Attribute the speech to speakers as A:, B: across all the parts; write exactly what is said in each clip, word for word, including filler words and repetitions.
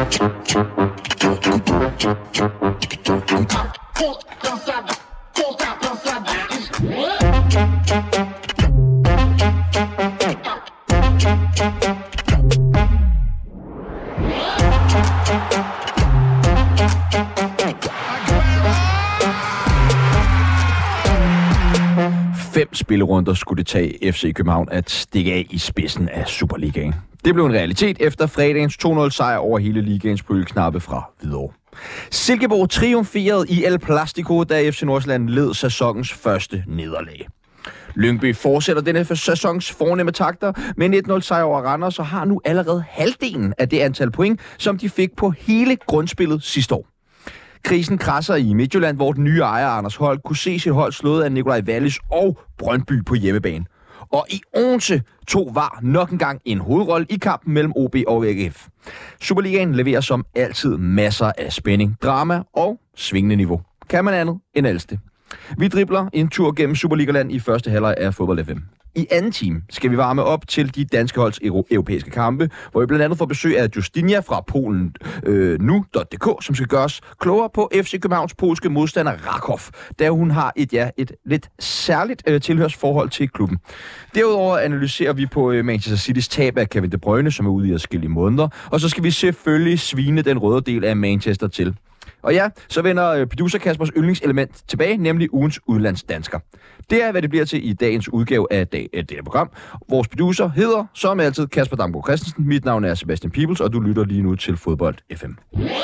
A: Fem spillerunder skulle det tage F C København at stikke af i spidsen af Superligaen. Det blev en realitet efter fredagens to nul sejr over hele ligaens prylknappe fra Hvidovre. Silkeborg triumferede i El Plastico, da F C Nordsjælland led sæsonens første nederlag. Lyngby fortsætter denne sæsons fornemme takter med en et nul sejr over Randers og har nu allerede halvdelen af det antal point, som de fik på hele grundspillet sidste år. Krisen krasser i Midtjylland, hvor den nye ejer Anders Holt kunne se sit hold slået af Nikolaj Wallis og Brøndby på hjemmebane. Og i Odense tog V A R nok engang en hovedrolle i kampen mellem O B og A G F. Superligaen leverer som altid masser af spænding, drama og svingende niveau. Kan man andet end elske det? Vi dribler en tur gennem Superligaland i første halvleg af Fodbold F M. I anden time skal vi varme op til de danske holds europæiske kampe, hvor vi blandt andet får besøg af Justinia fra Polen øh, nu punktum d k, som skal gøre os klogere på F C Københavns polske modstander Rakov, da hun har et, ja, et lidt særligt øh, tilhørsforhold til klubben. Derudover analyserer vi på øh, Manchester City's tab af Kevin De Bruyne, som er ude i adskillige måneder, og så skal vi selvfølgelig svine den røde del af Manchester til. Og ja, så vender producer Kaspers yndlingselement tilbage, nemlig ugens udlandsdansker. Det er, hvad det bliver til i dagens udgave af, dag, af det her program. Vores producer hedder, som altid, Kasper Damgaard Christensen. Mit navn er Sebastian Peebles, og du lytter lige nu til Fodbold F M.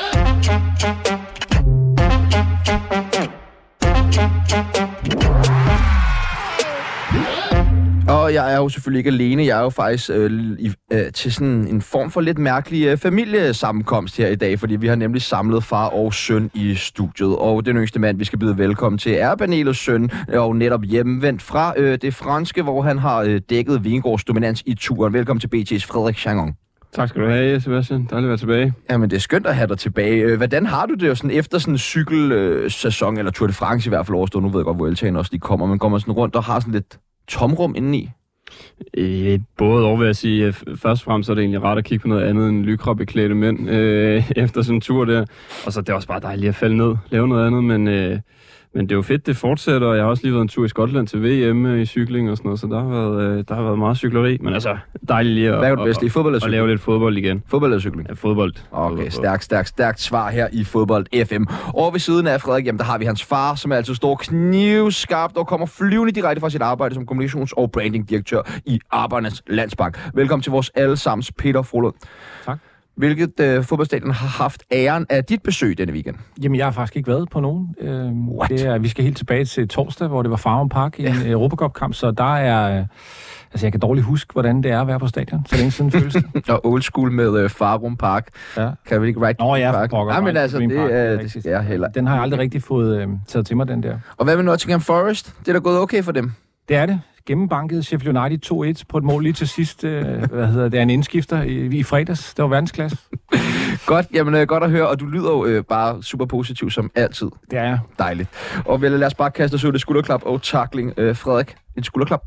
A: Og jeg er jo selvfølgelig ikke alene. Jeg er jo faktisk øh, i, øh, til sådan en form for lidt mærkelig øh, familiesammenkomst her i dag, fordi vi har nemlig samlet far og søn i studiet. Og den yngste mand, vi skal byde velkommen til, er Banelus søn, og netop hjemvendt fra øh, det franske, hvor han har øh, dækket Vingårds dominans i turen. Velkommen til B T's Frederik Changong.
B: Tak skal du have, Sebastian. Dejligt at være tilbage.
A: Jamen, det er skønt at have dig tilbage. Hvordan har du det jo sådan efter sådan en cykelsæson, eller Tour de France i hvert fald overstået? Nu ved jeg godt, hvor Eltagen også lige kommer, men går man sådan rundt og har sådan lidt tomrum indeni?
B: Øh, både over, vil jeg sige. Først og fremmest er det egentlig rart at kigge på noget andet end lykrabeklædte mænd øh, efter sådan en tur der. Og så det er også bare dejligt at falde ned, lave noget andet, men... Øh, Men det er jo fedt, det fortsætter, og jeg har også lige været en tur i Skotland til V M i cykling og sådan noget, så der har været, der har været meget cykleri, men altså dejligt lige at,
A: Hvad er det bedste i fodbold eller
B: cykling? At lave lidt fodbold igen.
A: Fodbold eller cykling?
B: Ja, fodbold.
A: Okay, stærkt, stærkt, stærkt svar her i Fodbold F M. Over ved siden af Frederik, jamen, der har vi hans far, som er altid står knivskarpt og kommer flyvende direkte fra sit arbejde som kommunikations- og brandingdirektør i Arbejdernes Landsbank. Velkommen til vores allesammens Peter Frolund.
B: Tak.
A: Hvilket øh, fodboldstadion har haft æren af dit besøg denne weekend?
C: Jamen, jeg har faktisk ikke været på nogen. Øhm, det er, vi skal helt tilbage til torsdag, hvor det var Farum Park i en ja. Europacup-kamp, så der er... Øh, altså, jeg kan dårligt huske, hvordan det er at være på stadion, så længe siden føles det.
A: Og old school med øh, Farum Park. Ja. Kan vi ikke right?
C: Nå ja, for pokker.
A: Ja, men altså, det, øh, det skal jeg heller.
C: Den har jeg aldrig rigtig fået øh, taget til mig, den der.
A: Og hvad med Nottingham Forest? Det er da gået okay for dem?
C: Det er det. Gennembanket Sheffield United to et på et mål lige til sidst. Øh, hvad hedder det? Er en indskifter i, i fredags. Det var verdensklasse.
A: Godt, jamen øh, godt at høre, og du lyder jo øh, bare super positiv som altid.
C: Det er jeg.
A: Dejligt. Og vel, lad os bare kaste os ud et skulderklap og tackling. Øh, Frederik, et skulderklap?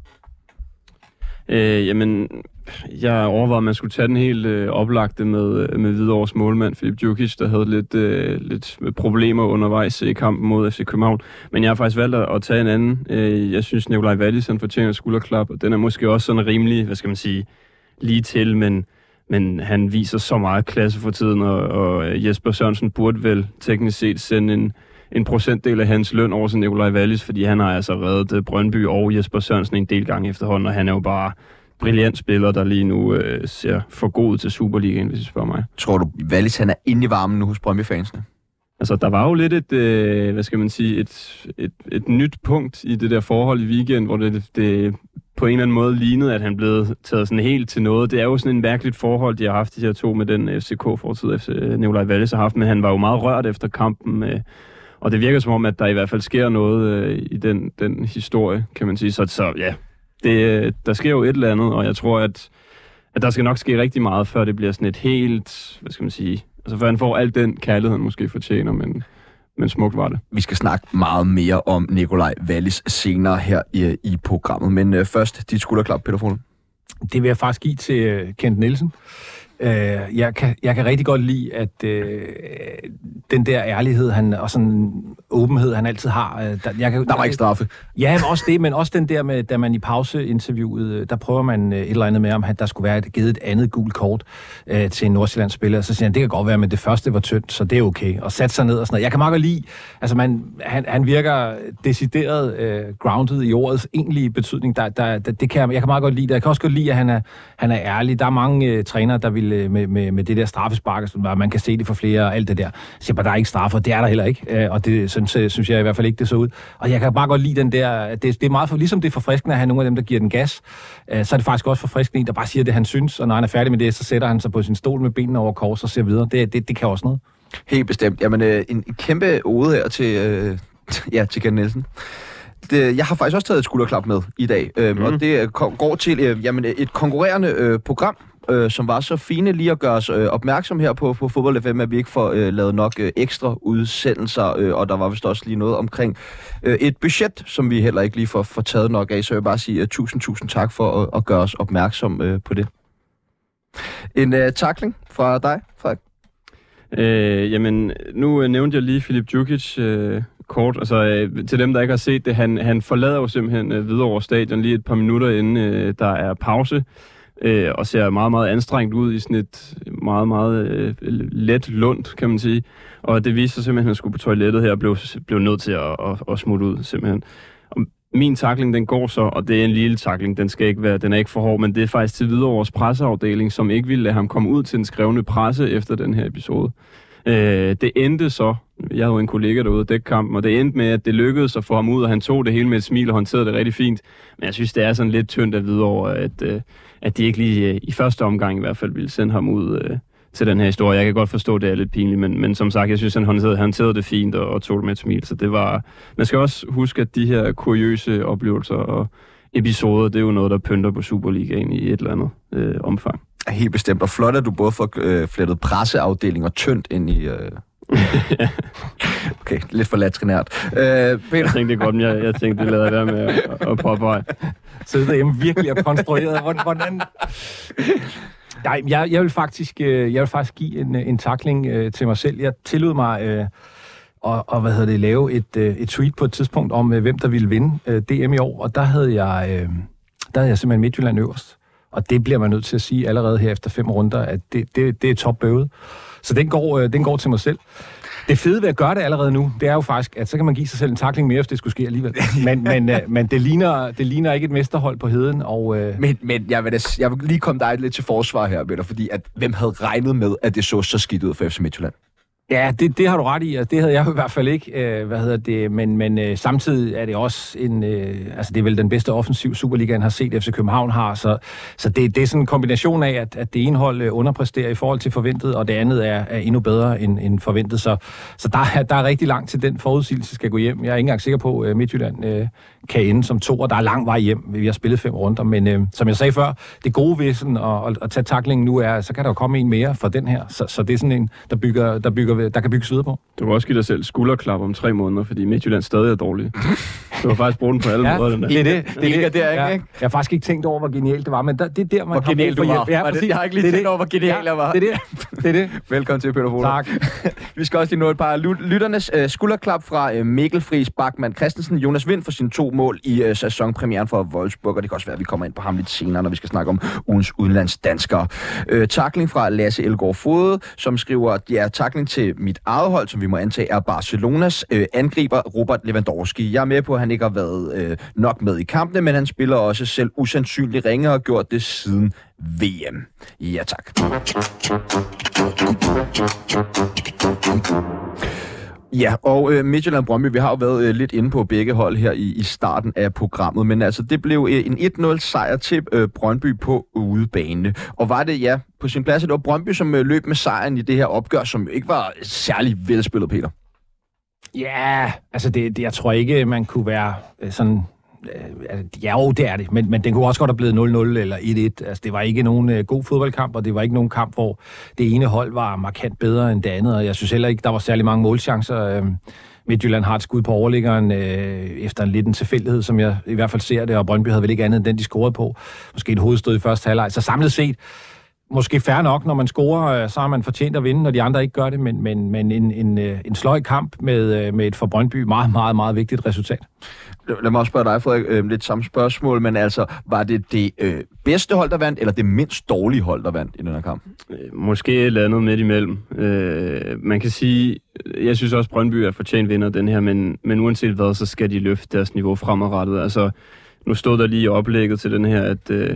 B: Øh, jamen, jeg overvejede, at man skulle tage den helt øh, oplagte med, med Hvidovres målmand, Filip Djukic, der havde lidt, øh, lidt problemer undervejs i kampen mod F C København. Men jeg har faktisk valgt at tage en anden. Øh, jeg synes, Nikolaj Wallis, han fortjener et skulderklap, og den er måske også sådan rimelig, hvad skal man sige, lige til, men, men han viser så meget klasse for tiden, og, og Jesper Sørensen burde vel teknisk set sende en en procentdel af hans løn over til Nikolaj Wallis, fordi han har altså reddet Brøndby og Jesper Sørensen en del gange efterhånden, og han er jo bare brilliant spiller, der lige nu øh, ser for god til Superligaen, hvis I spørger mig.
A: Tror du, Wallis han er inde i varmen nu hos Brøndby-fansene?
B: Altså, der var jo lidt et, øh, hvad skal man sige, et, et, et nyt punkt i det der forhold i weekend, hvor det, det på en eller anden måde lignede, at han blev taget sådan helt til noget. Det er jo sådan en mærkeligt forhold, de har haft, de her to med den F C K-fortid, F C Nikolaj Wallis har haft, men han var jo meget rørt efter kampen, øh, og det virker som om, at der i hvert fald sker noget øh, i den, den historie, kan man sige. Så, så ja, det, der sker jo et eller andet, og jeg tror, at, at der skal nok ske rigtig meget, før det bliver sådan et helt, hvad skal man sige, altså før han får al den kærlighed, han måske fortjener, men, men smukt var det.
A: Vi skal snakke meget mere om Nikolaj Wallis senere her i, i programmet, men øh, først dit skulderklap, Peter Frolund.
C: Det vil jeg faktisk give til uh, Kent Nielsen. Øh, jeg, kan, jeg kan rigtig godt lide, at øh, den der ærlighed han, og sådan åbenhed, han altid har. Øh, der, jeg kan,
A: der var ikke straffe.
C: Ja, men også det, men også den der med, da man i pauseinterviewet, der prøver man et eller andet med, om der skulle være et, givet et andet gult kort øh, til en Nordsjællands spiller. Så siger han, det kan godt være, men det første var tyndt, så det er okay. Og sætte sig ned og sådan noget. Jeg kan meget godt lide, altså man, han, han virker decideret øh, grounded i ordets egentlige betydning. Der, der, der, det kan jeg, jeg kan meget godt lide det. Jeg kan også godt lide, at han er, han er ærlig. Der er mange øh, trænere, der vil med, med, med det der straffespark, man kan se det for flere og alt det der. Så bare, der er ikke straffer, det er der heller ikke. Og det synes, synes jeg i hvert fald ikke, det så ud. Og jeg kan bare godt lide den der, det, det er meget for, ligesom det er forfriskende at have nogle af dem, der giver den gas, så er det faktisk også forfriskende en, der bare siger det, han synes, og når han er færdig med det, så sætter han sig på sin stol med benene over kors og ser videre. Det, det, det kan også noget.
A: Helt bestemt. Jamen, en, en kæmpe ode her til, øh, ja, til Ken Nielsen. Det, jeg har faktisk også taget et skulderklap med i dag, øh, mm. og det går til øh, jamen, et konkurrerende øh, program, Øh, som var så fine lige at gøre os øh, opmærksom her på, på Fodbold F M, at vi ikke får øh, lavet nok øh, ekstra udsendelser, øh, og der var vist også lige noget omkring øh, et budget, som vi heller ikke lige får, får taget nok af, så jeg vil bare sige uh, tusind, tusind tak for at, at gøre os opmærksom øh, på det. En øh, tackling fra dig, Frederik?
B: Øh, jamen, nu øh, nævnte jeg lige Filip Djukic øh, kort, altså øh, til dem, der ikke har set det, han, han forlader jo simpelthen øh, Hvidovre Stadion lige et par minutter inden øh, der er pause, Øh, og ser meget, meget anstrengt ud i sådan et meget, meget øh, let lund, kan man sige. Og det viste sig simpelthen, at han skulle på toilettet her og blev, blev nødt til at, at, at smutte ud, simpelthen. Og min tackling, den går så, og det er en lille tackling, den skal ikke være, den er ikke for hård, men det er faktisk til Hvidovres presseafdeling, som ikke ville lade ham komme ud til den skrevne presse efter den her episode. Øh, det endte så, jeg havde en kollega derude og dække kampen, og det endte med, at det lykkedes at få ham ud, og han tog det hele med et smil og håndterede det rigtig fint. Men jeg synes, det er sådan lidt tyndt at Hvidovre, at, øh, at de ikke lige øh, i første omgang i hvert fald ville sende ham ud øh, til den her historie. Jeg kan godt forstå, at det er lidt pinligt, men, men som sagt, jeg synes, han håndterede, håndterede det fint og, og tog det med et smil. Så det var... Man skal også huske, at de her kuriøse oplevelser og episoder, det er jo noget, der pynter på Superligaen i et eller andet øh, omfang.
A: Helt bestemt, og flot, at du både får øh, flettet presseafdelinger tyndt ind i... Øh... Okay, lidt for latrinært. Øh,
B: Peter? Jeg tænkte det godt, men jeg, jeg tænkte, det lader være med at, at påpege.
C: Så det er virkelig og konstrueret. Hvordan... Nej, jeg, jeg, vil faktisk, jeg vil faktisk give en, en tackling øh, til mig selv. Jeg tillod mig øh, og, og hvad hedder det, lave et, øh, et tweet på et tidspunkt om, øh, hvem der ville vinde øh, D M i år, og der havde jeg, øh, der havde jeg simpelthen Midtjylland øverst. Og det bliver man nødt til at sige allerede her efter fem runder, at det, det, det er topbøvet. Så den går, øh, den går til mig selv. Det fede ved at gøre det allerede nu, det er jo faktisk, at så kan man give sig selv en tackling mere, hvis det skulle ske alligevel. Men, men, øh, men det, ligner, det ligner ikke et mesterhold på heden. Og, øh...
A: Men, men jeg, vil da, jeg vil lige komme dig lidt til forsvar her, Peter, fordi at, hvem havde regnet med, at det så så skidt ud for F C Midtjylland?
C: Ja, det, det har du ret i, og det havde jeg i hvert fald ikke, øh, hvad hedder det, men, men øh, samtidig er det også en, øh, altså det er vel den bedste offensiv Superligaen har set, F C København har, så, så det, det er sådan en kombination af, at, at det ene hold øh, underpresterer i forhold til forventet, og det andet er, er endnu bedre end, end forventet, så, så der, er, der er rigtig langt til den forudsigelse skal gå hjem. Jeg er ikke engang sikker på, at Midtjylland øh, kan ende som to, og der er lang vej hjem. Vi har spillet fem runder, men øh, som jeg sagde før, det gode ved sådan at, at, at tage tacklingen nu er, så kan der jo komme en mere for den her, så, så det er sådan en, der bygger, der bygger der kan bygges videre på.
B: Du kan også give dig selv skulderklap om tre måneder, fordi Midtjylland stadig er dårlig. Du har faktisk brugt den på alle
C: ja,
B: måder. Den der.
C: Det er det. Det, det,
A: det, det er ikke,
C: ja.
A: ikke?
C: Jeg har faktisk ikke tænkt over, hvor genialt det var, men der, det er der, man
A: hvor
C: har
A: brug for hjælp.
C: Ja,
A: det, jeg har ikke lige tænkt over, hvor genialt jeg var.
C: Det er det. det, er det.
A: Velkommen til, Peter Foler.
C: Tak.
A: Vi skal også lige nå et par lytternes uh, skulderklap fra uh, Mikkel Friis Bachmann Christensen, Jonas Vind for sine to mål i uh, sæsonpremieren for Wolfsburg, og det kan også være, at vi kommer ind på ham lidt senere, når vi skal snakke om ugens udenlandsdanskere. Uh, tackling fra Lasse Elgaard Fode, som skriver, ja, tackling til mit eget hold, som vi må antage er Barcelonas øh, angriber Robert Lewandowski. Jeg er med på, at han ikke har været øh, nok med i kampene, men han spiller også selv usandsynligt ringe og har gjort det siden V M. Ja, tak. Ja, og øh, Midtjylland Brøndby, vi har jo været øh, lidt inde på begge hold her i, i starten af programmet, men altså det blev øh, en et nul sejr til øh, Brøndby på udebane. Og var det, ja, på sin plads, det var Brøndby, som øh, løb med sejren i det her opgør, som jo ikke var særlig velspillet, Peter.
C: Ja, altså det, det, jeg tror ikke, man kunne være øh, sådan... Øh, ja, jo, det er det, men, men den kunne også godt have blevet nul nul eller et et. Altså, det var ikke nogen øh, god fodboldkamp, og det var ikke nogen kamp, hvor det ene hold var markant bedre end det andet, og jeg synes heller ikke, der var særlig mange målchancer. Øh, Midtjylland har et skud på overliggeren øh, efter en lidt en tilfældighed, som jeg i hvert fald ser det, og Brøndby havde vel ikke andet end den, de scorede på. Måske et hovedstød i første halvleg. Så samlet set måske fair nok, når man scorer, så har man fortjent at vinde, når de andre ikke gør det, men, men, men en, en, en sløj kamp med, med et for Brøndby meget, meget, meget vigtigt resultat.
A: Lad mig også spørge dig, Frederik, øh, lidt samme spørgsmål, men altså, var det det øh, bedste hold, der vandt, eller det mindst dårlige hold, der vandt i den her kamp?
B: Måske et eller andet midt imellem. Øh, man kan sige, jeg synes også, Brøndby er fortjent vinder den her, men, men uanset hvad, så skal de løfte deres niveau fremadrettet. Altså, nu stod der lige i oplægget til den her, at, øh,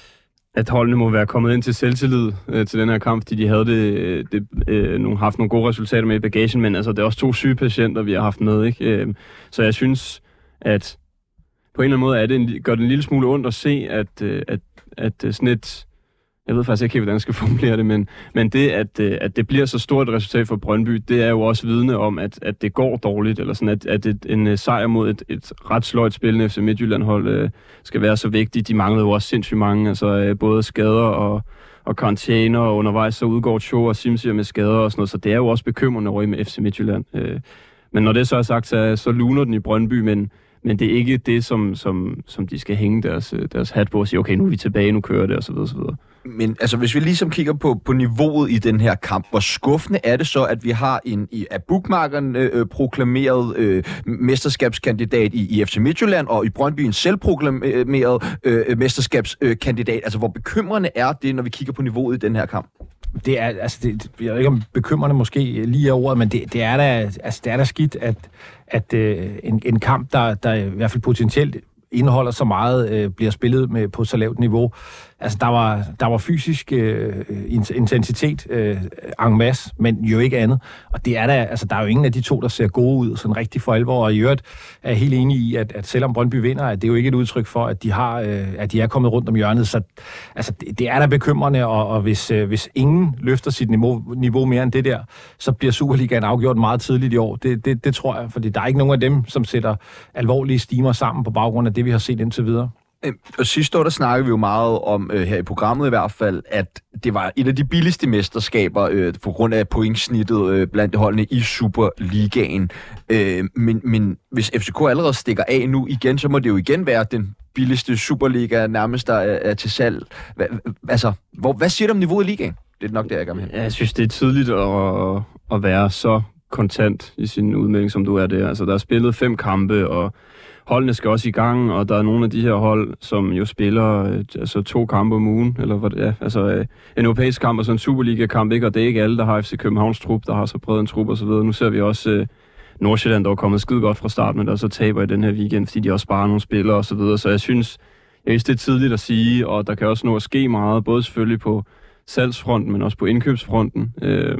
B: at holdene må være kommet ind til selvtillid øh, til den her kamp, fordi de havde det, det, øh, nogle, haft nogle gode resultater med i bagagen, men altså, det er også to syge patienter, vi har haft med, ikke? Øh, så jeg synes, at på en eller anden måde er det en, gør det en lille smule ondt at se, at, at, at sådan et, jeg ved faktisk ikke helt, hvordan jeg skal formulere det, men, men det, at, at det bliver så stort et resultat for Brøndby, det er jo også vidne om, at, at det går dårligt, eller sådan, at, at et, en sejr mod et, et ret sløjt spillende F C Midtjylland-hold øh, skal være så vigtigt. De manglede jo også sindssygt mange, altså øh, både skader og, og karantæner, og undervejs så udgår Cho og Simsier med skader og sådan noget, så det er jo også bekymrende over i med F C Midtjylland. Øh, men når det så er sagt, så, så luner den i Brøndby, men Men det er ikke det, som, som, som de skal hænge deres, deres hat på og sige, okay, nu er vi tilbage, nu kører det, osv. osv.
A: Men altså, hvis vi ligesom kigger på, på niveauet i den her kamp, hvor skuffende er det så, at vi har en af bookmakeren øh, proklameret øh, mesterskabskandidat i, i F C Midtjylland, og i Brøndby en selvproklameret øh, mesterskabskandidat. Altså, hvor bekymrende er det, når vi kigger på niveauet i den her kamp?
C: Det er, altså, det, jeg ved ikke om bekymrende måske lige er ordet, men det, det er da, altså, det er da skidt, at, at øh, en, en kamp, der, der i hvert fald potentielt indeholder så meget, øh, bliver spillet med på så lavt niveau. Altså, der var, der var fysisk øh, intensitet øh, en masse, men jo ikke andet. Og det er der, altså, der er jo ingen af de to, der ser gode ud, sådan rigtig for alvor. Og i øvrigt er jeg helt enig i, at, at selvom Brøndby vinder, at det er jo ikke et udtryk for, at de, har, øh, at de er kommet rundt om hjørnet. Så altså, det, det er da bekymrende, og, og hvis, øh, hvis ingen løfter sit niveau, niveau mere end det der, så bliver Superligaen afgjort meget tidligt i år. Det, det, det tror jeg, fordi der er ikke nogen af dem, som sætter alvorlige stimer sammen på baggrund af det, vi har set indtil videre.
A: Og sidste år, der snakkede vi jo meget om, øh, her i programmet i hvert fald, at det var et af de billigste mesterskaber øh, på grund af pointsnittet øh, blandt holdene i Superligaen. Øh, men, men hvis F C K allerede stikker af nu igen, så må det jo igen være den billigste Superliga, nærmest der er, er til salg. Hva, altså, hvor, hvad siger du om niveauet i ligaen? Det er nok der, jeg gerne vil hen.
B: Jeg synes, det er tidligt at, at være så kontant i sin udmelding, som du er der. Altså, der er spillet fem kampe, og holdene skal også i gang, og der er nogle af de her hold, som jo spiller øh, altså to kampe om ugen, eller hvad det er. Altså øh, en europæisk kamp og så en Superliga-kamp, ikke? Og det er ikke alle, der har F C Københavns trup, der har så bred en trup og så videre. Nu ser vi også øh, Nordsjælland, der er kommet skide godt fra start, men der så taber i den her weekend, fordi de også sparer nogle spillere og så videre. Så jeg synes, jeg synes, det er tidligt at sige, og der kan også nå at ske meget, både selvfølgelig på salgsfronten, men også på indkøbsfronten. Øh,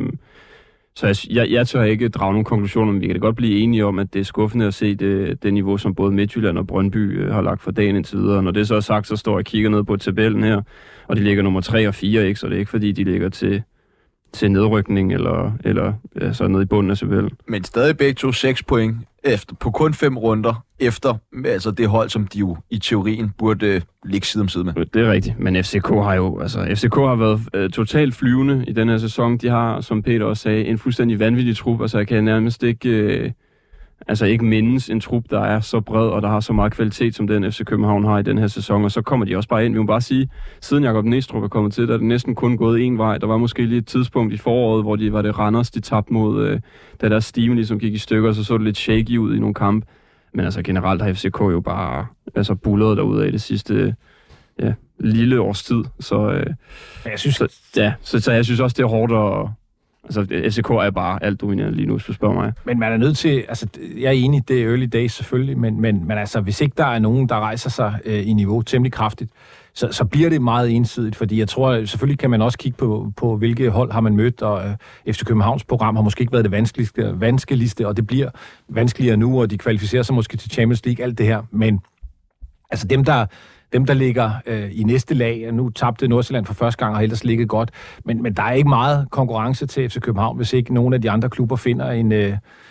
B: Så jeg, jeg, jeg tør ikke drage nogle konklusioner, men vi kan da godt blive enige om, at det er skuffende at se det, det niveau, som både Midtjylland og Brøndby øh, har lagt for dagen indtil videre. Når det så er sagt, så står jeg og kigger ned på tabellen her, og de ligger nummer tre og fire, ikke? Så det er ikke fordi, de ligger til, til nedrykning eller, eller altså nede i bunden af tabellen.
A: Men stadig begge to seks point efter, på kun fem runder efter altså det hold, som de jo i teorien burde øh, ligge side om side med.
B: Det er rigtigt, men F C K har jo altså F C K har været øh, totalt flyvende i den her sæson. De har, som Peter også sagde, en fuldstændig vanvittig trup. Altså jeg kan nærmest ikke øh, altså ikke mindes en trup, der er så bred og der har så meget kvalitet, som den F C København har i den her sæson. Og så kommer de også bare ind. Vi må bare sige, siden Jakob Næstrup er kommet til, der er det næsten kun gået en vej. Der var måske lige et tidspunkt i foråret, hvor de var det Randers, de tabte mod, øh, da deres stime ligesom gik i stykker, og så så det lidt shaky ud i nogle kampe. Men altså generelt har F C K jo bare altså bullet derude af det sidste ja, lille års tid. Så, øh,
C: jeg synes,
B: så, ja, så, så jeg synes også, det er hårdt at... Altså, F C K er bare alt dominerende lige nu, hvis du spørger mig.
C: Men man er nødt til... Altså, jeg er enig, det er early days selvfølgelig, men, men, men altså, hvis ikke der er nogen, der rejser sig øh, i niveau temmelig kraftigt, så, så bliver det meget ensidigt, fordi jeg tror, selvfølgelig kan man også kigge på, på hvilke hold har man mødt, og øh, F C Københavns program har måske ikke været det vanskeligste, vanskeligste, og det bliver vanskeligere nu, og de kvalificerer sig måske til Champions League, alt det her, men altså dem, der... Dem, der ligger øh, i næste lag, nu tabte Nordsjælland for første gang og har ellers ligget godt, men, men der er ikke meget konkurrence til F C København, hvis ikke nogen af de andre klubber finder en, øh,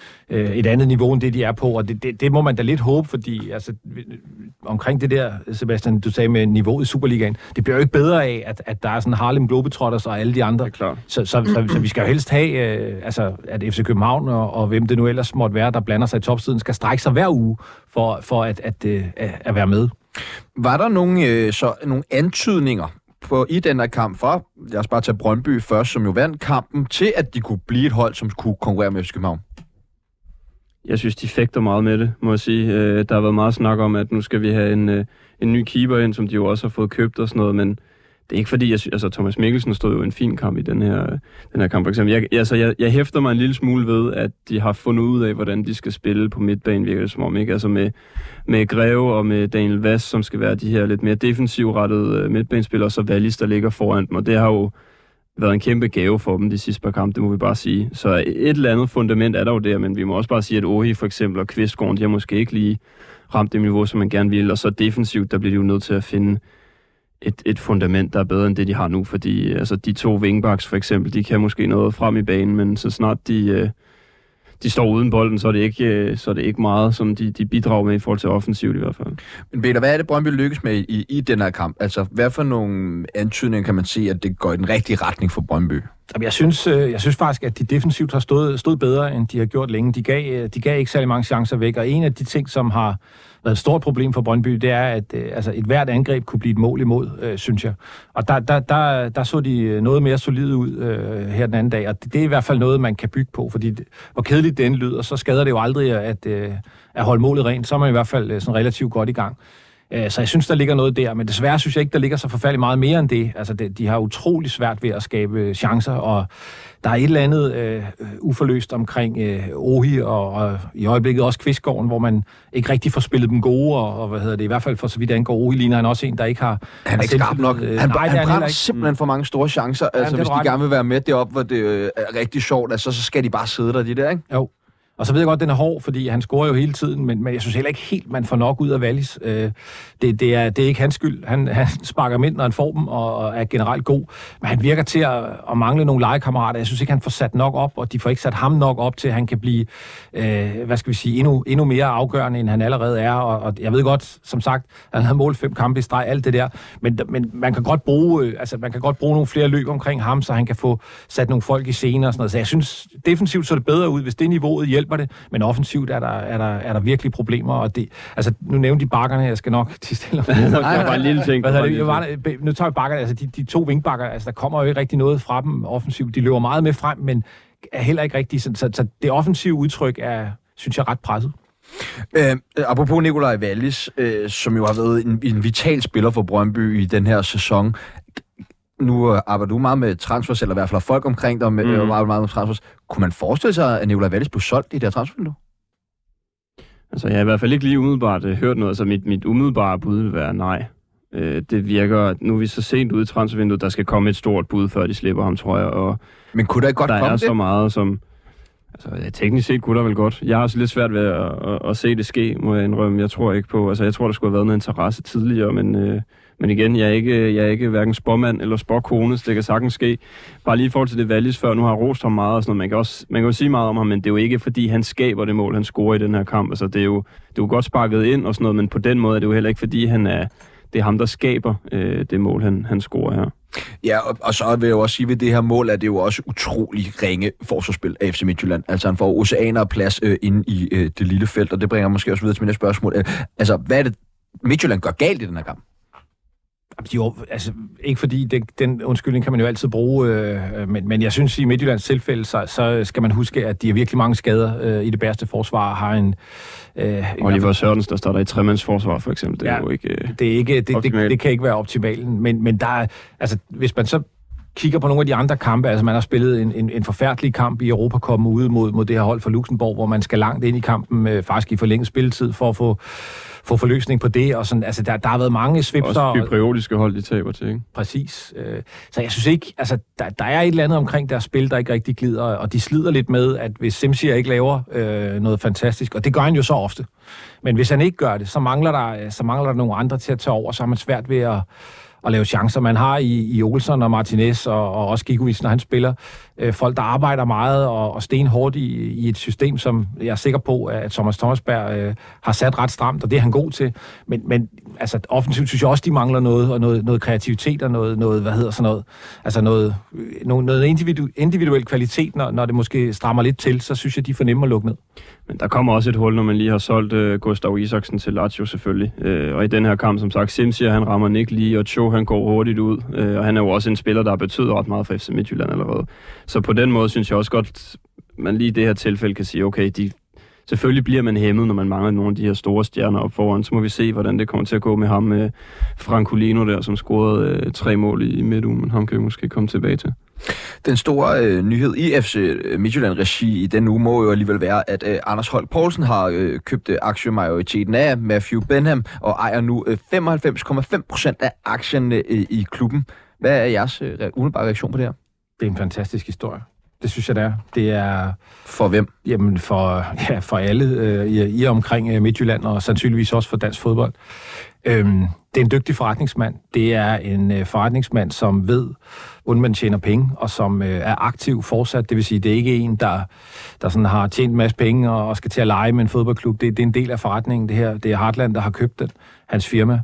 C: et andet niveau end det, de er på, og det, det, det må man da lidt håbe, fordi altså, omkring det der, Sebastian, du sagde med niveauet i Superligaen, det bliver jo ikke bedre af, at, at der er sådan Harlem Globetrotters og alle de andre. Så, så, så, så, så vi skal jo helst have, øh, altså, at F C København og, og hvem det nu ellers måtte være, der blander sig i topsiden, skal strække sig hver uge for, for at, at, at, at være med.
A: Var der nogle, øh, så, nogle antydninger på i den her kamp fra, lad os bare tage Brøndby først, som jo vandt kampen, til at de kunne blive et hold, som kunne konkurrere med F C København?
B: Jeg synes, de fægter meget med det, må jeg sige. Der har været meget snak om, at nu skal vi have en, en ny keeper ind, som de jo også har fået købt og sådan noget, men det er ikke fordi, jeg synes, altså Thomas Mikkelsen stod jo en fin kamp i den her, den her kamp, for eksempel. Jeg, altså, jeg, jeg hæfter mig en lille smule ved, at de har fundet ud af, hvordan de skal spille på midtbanen, virker det som om, ikke? Altså med, med Greve og med Daniel Vass, som skal være de her lidt mere defensivrettede midtbanespillere, og så Wallis, der ligger foran dem, og det har jo været en kæmpe gave for dem de sidste par kampe, det må vi bare sige. Så et eller andet fundament er der jo der, men vi må også bare sige, at Ohi for eksempel og Kvistgården, de har måske ikke lige ramt det niveau, som man gerne vil, og så defensivt, der bliver de jo nødt til at finde Et, et fundament, der er bedre end det, de har nu, fordi altså, de to wingbacks for eksempel, de kan måske noget frem i banen, men så snart de, øh, de står uden bolden, så er det ikke, øh, så er det ikke meget, som de, de bidrager med i forhold til offensivt i hvert fald.
A: Men Peter, hvad er det, Brøndby lykkes med i, i den her kamp? Altså, hvad for nogle antydninger kan man se, at det går i den rigtige retning for Brøndby?
C: Jeg synes, jeg synes faktisk, at de defensivt har stået, stået bedre, end de har gjort længe. De gav, de gav ikke særlig mange chancer væk, og en af de ting, som har været et stort problem for Brøndby, det er, at altså, et hvert angreb kunne blive et mål imod, øh, synes jeg. Og der, der, der, der så de noget mere solide ud øh, her den anden dag, og det, det er i hvert fald noget, man kan bygge på, fordi det, hvor kedeligt den lyder, så skader det jo aldrig at, øh, at holde målet rent, så er man i hvert fald sådan relativt godt i gang. Så jeg synes, der ligger noget der, men desværre synes jeg ikke, der ligger så forfærdeligt meget mere end det. Altså, det, de har utrolig svært ved at skabe chancer, og der er et eller andet øh, uforløst omkring øh, Ohi, og, og i øjeblikket også Kvistgården, hvor man ikke rigtig får spillet dem gode, og, og hvad hedder det, i hvert fald for så vidt angår Ohi, ligner han også en, der ikke har...
A: Han er ikke skarp nok. Øh, han nej, han brænder simpelthen for mange store chancer. Ja, altså, hvis de gerne vil være med deroppe, hvor det øh, er rigtig sjovt, altså, så skal de bare sidde der, de der, ikke? Jo.
C: Og så ved jeg godt, at den er hård, fordi han scorer jo hele tiden, men, men jeg synes heller ikke helt, man får nok ud af Wallis. Øh, det, det, er, det er ikke hans skyld. Han, han sparker dem ind, når han får dem, og, og er generelt god. Men han virker til at, at mangle nogle legekammerater. Jeg synes ikke, han får sat nok op, og de får ikke sat ham nok op til, at han kan blive, øh, hvad skal vi sige, endnu, endnu mere afgørende, end han allerede er. Og, og jeg ved godt, som sagt, han har målt fem kampe i streg, alt det der. Men, men man kan godt bruge, øh, altså, man kan godt bruge nogle flere løb omkring ham, så han kan få sat nogle folk i scene og sådan noget. Så jeg synes, defensivt så det bedre ud, hvis det niveauet hjælper det. Men offensivt er der, er der, er der virkelig problemer, og det, altså, nu nævnte de bakkerne, jeg skal nok til stille.
B: Nej, det var en lille ting.
C: Hvad det, var, nu tager vi bakkerne, altså de, de to vingbakker, altså der kommer jo ikke rigtig noget fra dem offensivt. De løber meget med frem, men er heller ikke rigtig, så, så, så det offensive udtryk er, synes jeg, ret presset.
A: Øh, apropos Nikolaj Wallis, øh, som jo har været en, en vital spiller for Brøndby i den her sæson. Nu arbejder du meget med transfers, eller i hvert fald folk omkring dig med, mm. meget, meget med transfers. Kunne man forestille sig, at Nikolaj Wallis blev solgt i det her transfervindue?
B: Altså, jeg har i hvert fald ikke lige umiddelbart uh, hørt noget. Altså, mit, mit umiddelbare bud vil være nej. Uh, det virker... Nu er vi så sent ude i transfervinduet, der skal komme et stort bud, før de slipper ham, tror jeg. Og
A: men kunne der ikke godt
B: der
A: komme
B: er
A: det?
B: Så meget, som... Altså, teknisk set kunne der vel godt. Jeg har også lidt svært ved at, at, at se det ske, må jeg indrømme. Jeg tror ikke på... Altså, jeg tror, der skulle have været noget interesse tidligere, men... Uh, Men igen, jeg er ikke, jeg er ikke hverken spormand eller sporkone, så det kan sagtens ske. Bare lige i forhold til det Wallis før, nu har jeg rost ham meget og sådan noget. Man kan, også, man kan jo sige meget om ham, men det er jo ikke, fordi han skaber det mål, han scorer i den her kamp. Altså, det er jo, det er jo godt sparket ind og sådan noget, men på den måde er det jo heller ikke, fordi han er, det er ham, der skaber øh, det mål, han, han scorer her.
A: Ja, og, og så vil jeg jo også sige, ved det her mål, at det jo også utrolig ringe forsvarsspil af F C Midtjylland. Altså, han får oceaner og plads øh, inde i øh, det lille felt, og det bringer måske også videre til mine spørgsmål. Øh, altså, hvad er det, Midtjylland gør galt i den her kamp?
C: Jo, altså ikke fordi, det, den undskyldning kan man jo altid bruge, øh, men, men jeg synes i Midtjyllands tilfælde, så, så skal man huske, at de har virkelig mange skader øh, i det bedste forsvar, har en... Øh,
B: Oliver Sørens, der starter i tremandsforsvar for eksempel, det er ja, jo ikke øh,
C: det, er ikke det, det, det kan ikke være optimalt, men, men der er, altså hvis man så kigger på nogle af de andre kampe, altså man har spillet en, en, en forfærdelig kamp i Europacuppen ude mod, mod det her hold fra Luxembourg, hvor man skal langt ind i kampen, øh, faktisk i forlænget spilletid, for at få få forløsning på det, og sådan, altså der, der har været mange svipser.
B: Også cypriotiske hold, de taber til, ikke?
C: Præcis. Øh, så jeg synes ikke, altså der, der er et eller andet omkring deres spil, der ikke rigtig glider, og de slider lidt med, at hvis Simsier ikke laver øh, noget fantastisk, og det gør han jo så ofte, men hvis han ikke gør det, så mangler der, så mangler der nogle andre til at tage over, så har man svært ved at at lave chancer. Man har i, i Olsen og Martinez og, og også Gigovic, når han spiller, øh, folk, der arbejder meget og, og stenhårdt i, i et system, som jeg er sikker på, at Thomas Thomasberg øh, har sat ret stramt, og det er han god til. Men, men altså, offensivt synes jeg også, de mangler noget, og noget, noget kreativitet og noget, noget, hvad hedder sådan noget, altså noget, noget, noget individu, individuel kvalitet, når, når det måske strammer lidt til, så synes jeg, de får nemme at lukke ned.
B: Men der kommer også et hul, når man lige har solgt øh, Gustav Isaksen til Lazio selvfølgelig. Øh, og i den her kamp, som sagt, Simsier, han rammer Nick lige, og Cho, han går hurtigt ud. Øh, og han er jo også en spiller, der betyder ret meget for F C Midtjylland allerede. Så på den måde synes jeg også godt, man lige i det her tilfælde kan sige, okay, de, selvfølgelig bliver man hæmmet, når man mangler nogle af de her store stjerner op foran. Så må vi se, hvordan det kommer til at gå med ham, med Francolino der, som scorede øh, tre mål i, i midtugen, men ham kan vi måske komme tilbage til.
A: Den store øh, nyhed i F C Midtjylland-regi i den uge må jo alligevel være, at øh, Anders Holk Poulsen har øh, købt øh, aktiemajoriteten af Matthew Benham og ejer nu øh, femoghalvfems komma fem procent af aktierne øh, i klubben. Hvad er jeres øh, umiddelbare reaktion på det her?
C: Det er en fantastisk historie. Det synes jeg, det er. Det er
A: for hvem?
C: Jamen for, ja, for alle øh, i, i omkring øh, Midtjylland, og sandsynligvis også for dansk fodbold. Øhm, det er en dygtig forretningsmand. Det er en øh, forretningsmand, som ved, hvordan man tjener penge, og som øh, er aktiv fortsat. Det vil sige, det er ikke en, der, der sådan har tjent en masse penge og, og skal til at lege med en fodboldklub. Det, det er en del af forretningen, det her. Det er Heartland, der har købt den, hans firma.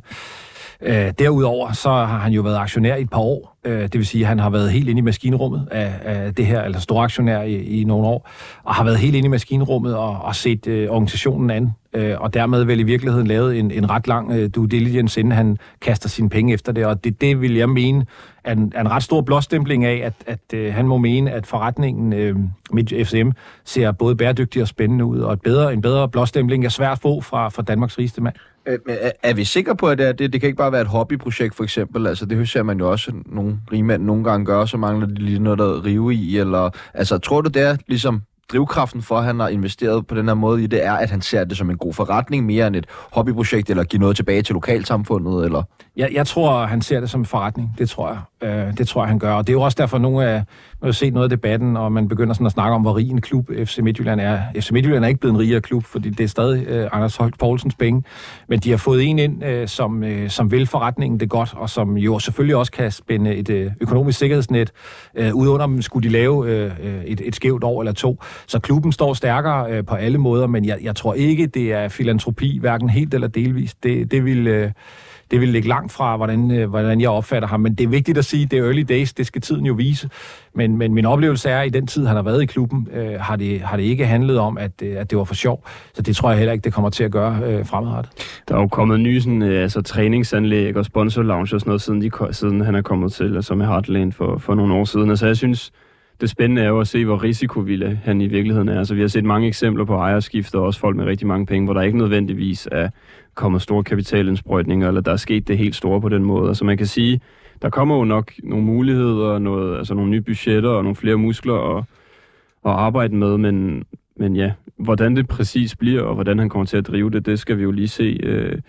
C: Øh, derudover så har han jo været aktionær i et par år. Øh, det vil sige, at han har været helt inde i maskinrummet af, af det her, altså stor aktionær i, i nogle år, og har været helt inde i maskinrummet og, og set øh, organisationen an, øh, og dermed vel i virkeligheden lavet en, en ret lang øh, due diligence, inden han kaster sine penge efter det, og det, det vil jeg mene er en, er en ret stor blåstempling af, at, at øh, han må mene, at forretningen øh, F C M ser både bæredygtig og spændende ud, og et bedre, en bedre blåstempling er svært at få fra, fra Danmarks rigeste mand.
A: Er, er vi sikre på, at det, det, det kan ikke bare være et hobbyprojekt, for eksempel? Altså, det ser man jo også nogle rigmænd nogle gange gør, så mangler de lige noget at rive i, eller... Altså, tror du, det er ligesom drivkraften for, at han har investeret på den her måde i det, er, at han ser det som en god forretning, mere end et hobbyprojekt, eller give noget tilbage til lokalsamfundet, eller...
C: Jeg, jeg tror, han ser det som en forretning. Det tror jeg. Øh, det tror jeg, han gør. Og det er jo også derfor, nogle af... Man har set noget af debatten, og man begynder sådan at snakke om, hvor rig en klub F C Midtjylland er. F C Midtjylland er ikke blevet en rigere klub, fordi det er stadig øh, Anders Holk Poulsens penge. Men de har fået en ind, øh, som, øh, som vil forretningen det godt, og som jo selvfølgelig også kan spænde et øh, økonomisk sikkerhedsnet. Øh, Udunder dem skulle de lave øh, et, et skævt år eller to. Så klubben står stærkere øh, på alle måder, men jeg, jeg tror ikke, det er filantropi, hverken helt eller delvis. Det, det vil... Øh, Det vil ligge langt fra, hvordan, øh, hvordan jeg opfatter ham. Men det er vigtigt at sige, det er early days, det skal tiden jo vise. Men, men min oplevelse er, at i den tid, han har været i klubben, øh, har, det, har det ikke handlet om, at, øh, at det var for sjov. Så det tror jeg heller ikke, det kommer til at gøre øh, fremadrettet.
B: Der er jo kommet nye sådan, øh, altså, træningsanlæg og sponsorlounge og sådan noget, siden, de, siden han er kommet til, altså med Heartland for, for nogle år siden. Altså jeg synes, det spændende er jo at se, hvor risikovillig han i virkeligheden er. Altså vi har set mange eksempler på ejerskifter, og også folk med rigtig mange penge, hvor der ikke nødvendigvis er kommet store kapitalindsprøjtninger, eller der er sket det helt store på den måde. Altså man kan sige, der kommer jo nok nogle muligheder, noget, altså nogle nye budgetter og nogle flere muskler at, at arbejde med, men, men ja, hvordan det præcis bliver, og hvordan han kommer til at drive det, det skal vi jo lige se.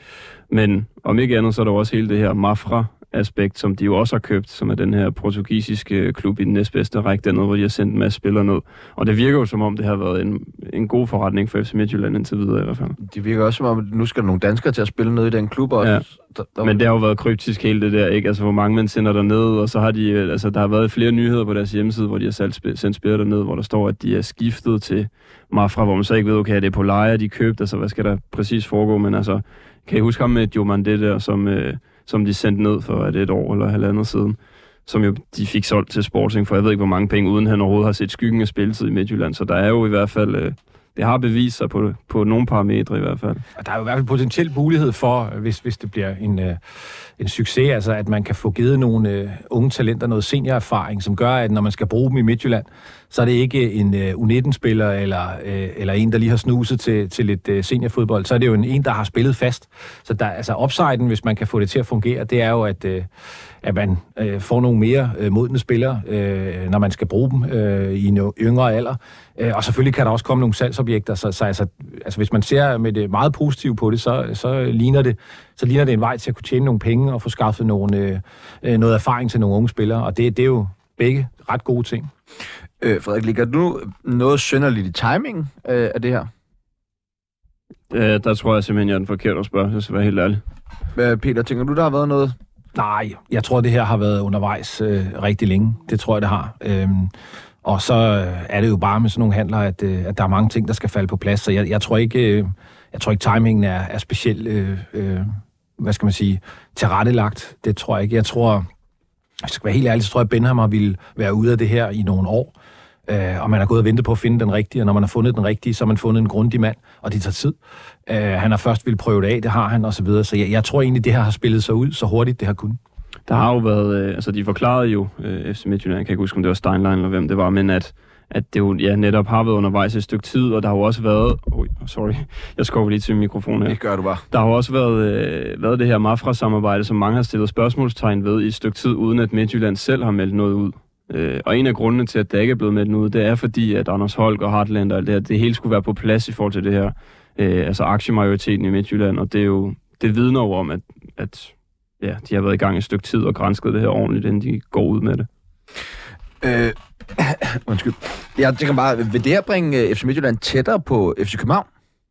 B: Men om ikke andet, så er der også hele det her Mafra aspekt, som de jo også har købt, som er den her portugisiske klub i den næstbedste række dernede, hvor de har sendt en masse spillere ned. Og det virker jo som om, det har været en, en god forretning for F C Midtjylland indtil videre i hvert fald.
A: Det virker også som om, at nu skal der nogle danskere til at spille ned i den klub. Og
B: ja.
A: der, der...
B: Men det har jo været kryptisk hele det der, ikke? Altså, hvor mange man sender der ned, og så har de, altså, der har været flere nyheder på deres hjemmeside, hvor de har sendt spillere derned, hvor der står, at de er skiftet til Mafra, hvor man så ikke ved, okay, det er på leje, de købt, altså, hvad skal der præcis foregå? Men altså, kan I huske ham med Joman det der, som... Øh, som de sendte ned for et år eller halvandet siden, som jo de fik solgt til Sporting for jeg ved ikke hvor mange penge, uden han overhovedet har set skyggen af spilletid i Midtjylland. Så der er jo i hvert fald, øh, det har bevist sig på, på nogle parametre i hvert fald.
C: Der er jo i hvert fald potentielt mulighed for, hvis, hvis det bliver en, øh, en succes, altså at man kan få givet nogle øh, unge talenter noget seniorerfaring, som gør, at når man skal bruge dem i Midtjylland, så er det ikke en øh, U nitten-spiller eller, øh, eller en, der lige har snuset til, til lidt øh, seniorfodbold. Så er det jo en, en, der har spillet fast. Så der, altså upsiden, hvis man kan få det til at fungere, det er jo, at, øh, at man øh, får nogle mere øh, modne spillere, øh, når man skal bruge dem øh, i en yngre alder. Øh, og selvfølgelig kan der også komme nogle salgsobjekter. Så, så altså, altså, hvis man ser med det meget positivt på det, så, så, ligner det, så ligner det en vej til at kunne tjene nogle penge og få skaffet nogle, øh, noget erfaring til nogle unge spillere. Og det, det er jo begge ret gode ting.
A: Øh, Frederik, ligger du noget synderligt i timing øh, af det her?
B: Øh, der tror jeg simpelthen, jeg er den forkerte at spørge, så skal være helt ærlig.
A: Øh, Peter, tænker du, der har været noget?
C: Nej, jeg tror, det her har været undervejs øh, rigtig længe. Det tror jeg, det har. Øhm, Og så er det jo bare med sådan nogle handler, at, at der er mange ting, der skal falde på plads. Så jeg, jeg tror ikke, jeg tror ikke timingen er, er specielt, øh, øh, hvad skal man sige, tilrettelagt. Det tror jeg ikke. Jeg tror, hvis jeg skal være helt ærlig, så tror jeg, at Benhammer ville være ude af det her i nogle år. Øh, og man har gået og ventet på at finde den rigtige, og når man har fundet den rigtige, så har man fundet en grundig mand, og det tager tid. Øh, han har først ville prøve det af, det har han, og så videre. Så jeg, jeg tror egentlig, det her har spillet sig ud så hurtigt, det har kunnet.
B: Der har jo været, øh, altså de forklarede jo, øh, F C Midtjylland, jeg kan ikke huske, om det var Steinlein eller hvem det var, men at, at det jo ja, netop har været undervejs et stykke tid, og der har jo også været, oh, sorry, jeg skubber lige til mikrofonen her.
A: Det gør du bare.
B: Der har jo også været, øh, været det her Mafra-samarbejde, som mange har stillet spørgsmålstegn ved i et stykke tid, uden at Midtjylland selv har meldt noget ud. Øh, og en af grundene til, at der ikke er blevet meldt noget ud, det er fordi, at Anders Holk og Hartland og alt det her, det hele skulle være på plads i forhold til det her, øh, altså aktiemajoriteten i Midtjylland, og det er jo, det vidner jo om, at, at ja, de har været i gang et stykke tid og grænsket det her ordentligt, inden de går ud med det.
A: Øh, undskyld. Jeg tænker bare, vil det her bringe F C Midtjylland tættere på F C København?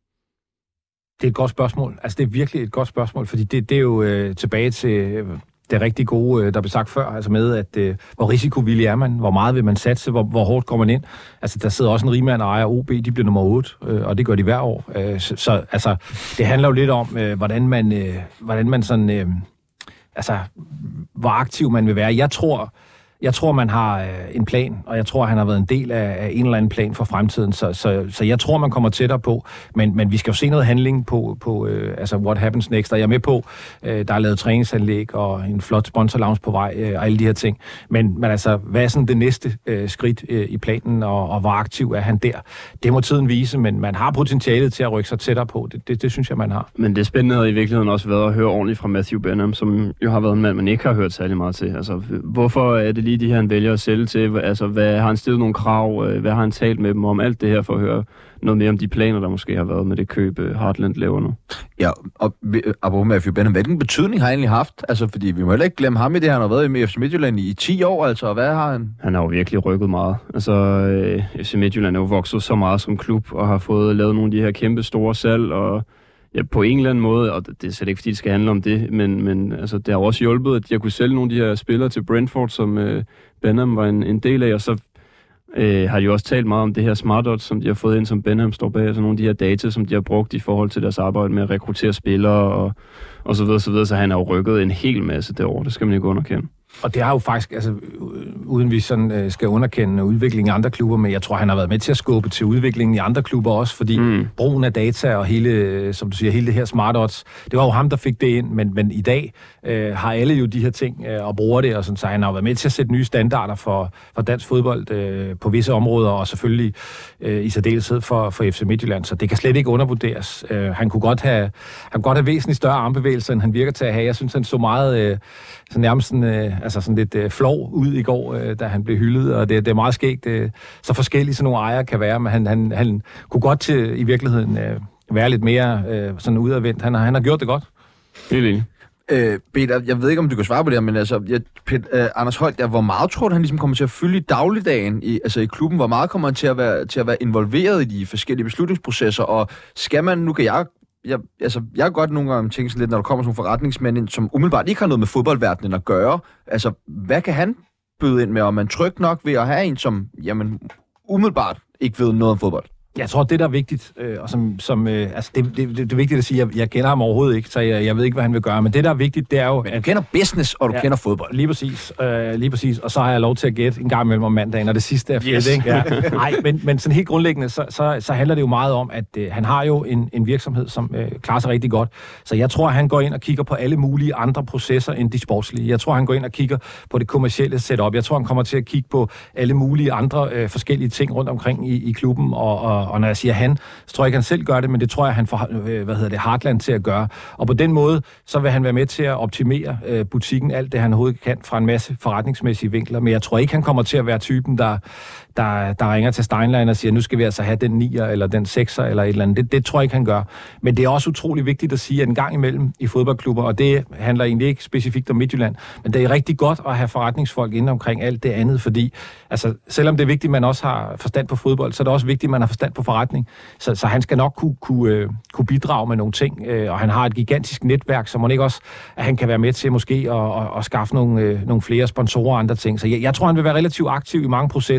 C: Det er et godt spørgsmål. Altså, det er virkelig et godt spørgsmål, fordi det, det er jo øh, tilbage til øh, det rigtig gode, øh, der blev sagt før, altså med, at øh, hvor risikovillig er man, hvor meget vil man satse, hvor, hvor hårdt går man ind. Altså, der sidder også en rigmand og ejer O B, de bliver nummer otte, øh, og det gør de hver år. Øh, så, så altså, det handler jo lidt om, øh, hvordan man, øh, hvordan man sådan... Øh, altså, hvor aktiv man vil være. Jeg tror, jeg tror man har øh, en plan, og jeg tror, han har været en del af, af en eller anden plan for fremtiden, så, så, så jeg tror, man kommer tættere på, men, men vi skal jo se noget handling på, på øh, altså, what happens next, og jeg er med på, øh, der er lavet træningsanlæg og en flot sponsorlounge på vej, øh, og alle de her ting, men, men altså, hvad er sådan det næste øh, skridt øh, i planen, og, og hvor aktiv er han der? Det må tiden vise, men man har potentialet til at rykke sig tættere på, det, det, det synes jeg, man har.
B: Men det spændende havde i virkeligheden også været at høre ordentligt fra Matthew Benham, som jo har været en mand, man ikke har hørt særlig meget til. Altså, hvorfor er det lige de her, han vælger at sælge til? Altså, hvad, har han stillet nogle krav? Hvad har han talt med dem om? Alt det her for at høre noget mere om de planer, der måske har været med det køb, Heartland laver nu.
A: Ja, og apropos Matthew Benham, hvilken betydning har han egentlig haft? Altså, fordi vi må heller ikke glemme ham i det, han har været i F C Midtjylland i ti år, altså, og hvad har han?
B: Han har jo virkelig rykket meget. Altså, øh, F C Midtjylland er jo vokset så meget som klub, og har fået lavet nogle af de her kæmpe store salg, og ja, på en eller anden måde, og det er slet ikke, fordi det skal handle om det, men, men altså, det har også hjulpet, at jeg kunne sælge nogle af de her spillere til Brentford, som øh, Benham var en, en del af, og så øh, har de jo også talt meget om det her smart odds, som de har fået ind, som Benham står bag, altså nogle af de her data, som de har brugt i forhold til deres arbejde med at rekruttere spillere, og, og så videre, så videre, så han har jo rykket en hel masse derovre, det skal man ikke underkende.
C: Og det har jo faktisk, altså uden vi sådan øh, skal underkende udviklingen i andre klubber, men jeg tror, han har været med til at skubbe til udviklingen i andre klubber også, fordi mm. brugen af data og hele, som du siger, hele det her smart odds, det var jo ham, der fik det ind, men, men i dag øh, har alle jo de her ting øh, og bruger det, og sådan, så han har været med til at sætte nye standarder for, for dansk fodbold øh, på visse områder, og selvfølgelig øh, i særdeleshed for, for F C Midtjylland, så det kan slet ikke undervurderes. Øh, han kunne godt have, han kunne godt have væsentligt større armbevægelser, end han virker til at have. Jeg synes, han så meget, øh, så nærmest sådan, øh, altså sådan lidt øh, flov ud i går, øh, da han blev hyldet, og det, det er meget skægt, øh, så forskellige sådan nogle ejere kan være, men han, han, han kunne godt til i virkeligheden øh, være lidt mere øh, sådan udadvendt. Han, han har gjort det godt.
B: Helt enig.
A: Øh, Peter, jeg ved ikke, om du kan svare på det her, men altså, jeg, Pet, øh, Anders Holt, ja, hvor meget tror du, han ligesom kommer til at fylde i dagligdagen i, altså i klubben? Hvor meget kommer han til at være, til at være involveret i de forskellige beslutningsprocesser? Og skal man, nu kan jeg Jeg, altså, jeg har godt nogle gange tænkt sådan lidt, når der kommer sådan nogle forretningsmænd ind, som umiddelbart ikke har noget med fodboldverdenen at gøre. Altså, hvad kan han bøde ind med? Og man tryg nok ved at have en, som jamen, umiddelbart ikke ved noget om fodbold?
C: Jeg tror, det der er vigtigt, øh, og som, som øh, altså det, det, det, det er vigtigt at sige, at jeg, jeg kender ham overhovedet ikke, så jeg, jeg ved ikke, hvad han vil gøre, men det der er vigtigt, det er jo...
A: Men du at, kender business, og du ja, kender fodbold.
C: Lige præcis, øh, lige præcis, og så har jeg lov til at gætte en gang imellem om mandagen, og det sidste er fedt, yes. Ikke? Ja. Nej, men, men sådan helt grundlæggende, så, så, så handler det jo meget om, at øh, han har jo en, en virksomhed, som øh, klarer sig rigtig godt, så jeg tror, han går ind og kigger på alle mulige andre processer end de sportslige. Jeg tror, han går ind og kigger på det kommercielle setup. Jeg tror, han kommer til at kigge på alle mulige andre øh, forskellige ting rundt omkring i, i klubben, og, og, og når jeg siger han, så tror jeg ikke, han selv gør det, men det tror jeg, han får hvad hedder det, Heartland til at gøre. Og på den måde, så vil han være med til at optimere øh, butikken, alt det, han overhovedet kan, fra en masse forretningsmæssige vinkler. Men jeg tror ikke, han kommer til at være typen, der, der, der ringer til Steinlein og siger, nu skal vi altså have den nier, eller den sekser, eller et eller andet. Det, det tror jeg ikke, han gør. Men det er også utrolig vigtigt at sige, at en gang imellem i fodboldklubber, og det handler egentlig ikke specifikt om Midtjylland, men det er rigtig godt at have forretningsfolk inde omkring alt det andet, fordi altså, selvom det er vigtigt, at man også har forstand på fodbold, så er det også vigtigt, at man har forstand på forretning. Så, så han skal nok kunne, kunne, øh, kunne bidrage med nogle ting, øh, og han har et gigantisk netværk, så må ikke også, at han kan være med til måske at, at, at skaffe nogle, øh, nogle flere sponsorer og andre ting. Så jeg, jeg tror, han vil være relativt aktiv i mange processer,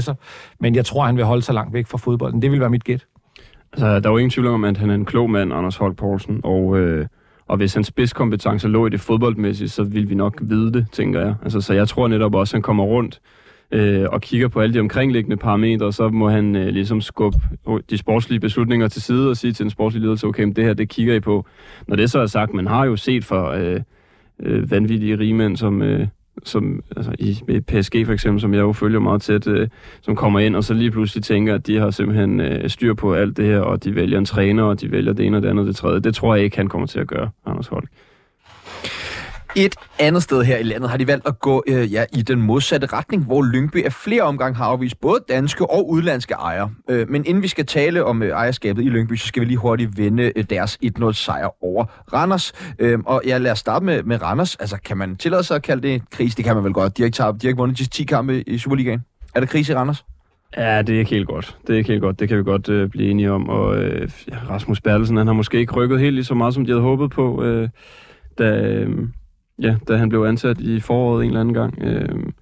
C: Men jeg tror, han vil holde sig langt væk fra fodbolden. Det vil være mit gæt.
B: Altså, der er jo ingen tvivl om, at han er en klog mand, Anders Holk Poulsen, og, øh, og hvis hans spidskompetencer lå i det fodboldmæssigt, så vil vi nok vide det, tænker jeg. Altså, så jeg tror netop også, at han kommer rundt øh, og kigger på alle de omkringliggende parametre, så må han øh, ligesom skubbe de sportslige beslutninger til side og sige til den sportslige ledelse, okay, men det her, det kigger I på. Når det så er sagt, man har jo set for øh, øh, vanvittige rigmænd, som... Øh, som altså i P S G for eksempel, som jeg jo følger meget tæt, øh, som kommer ind og så lige pludselig tænker, at de har simpelthen øh, styr på alt det her, og de vælger en træner, og de vælger det ene og det andet og det tredje. Det tror jeg ikke, han kommer til at gøre, Anders Holk.
A: Et andet sted her i landet har de valgt at gå øh, ja, i den modsatte retning, hvor Lyngby af flere omgange har afvist både danske og udenlandske ejere. Øh, men inden vi skal tale om øh, ejerskabet i Lyngby, så skal vi lige hurtigt vende øh, deres et nul sejr over Randers. Øh, og ja, lad os starte med, med Randers. Altså, kan man tillade sig at kalde det krise? Det kan man vel godt. De har ikke, taget, de har ikke vundet de ti kampe i Superligaen. Er der krise i Randers?
B: Ja, det er ikke helt godt. Det er ikke helt godt. Det kan vi godt øh, blive enige om. Og øh, Rasmus Bertelsen, han har måske ikke rykket helt lige så meget, som de havde håbet på, øh, da... Øh, Ja, da han blev ansat i foråret en eller anden gang. Øhm,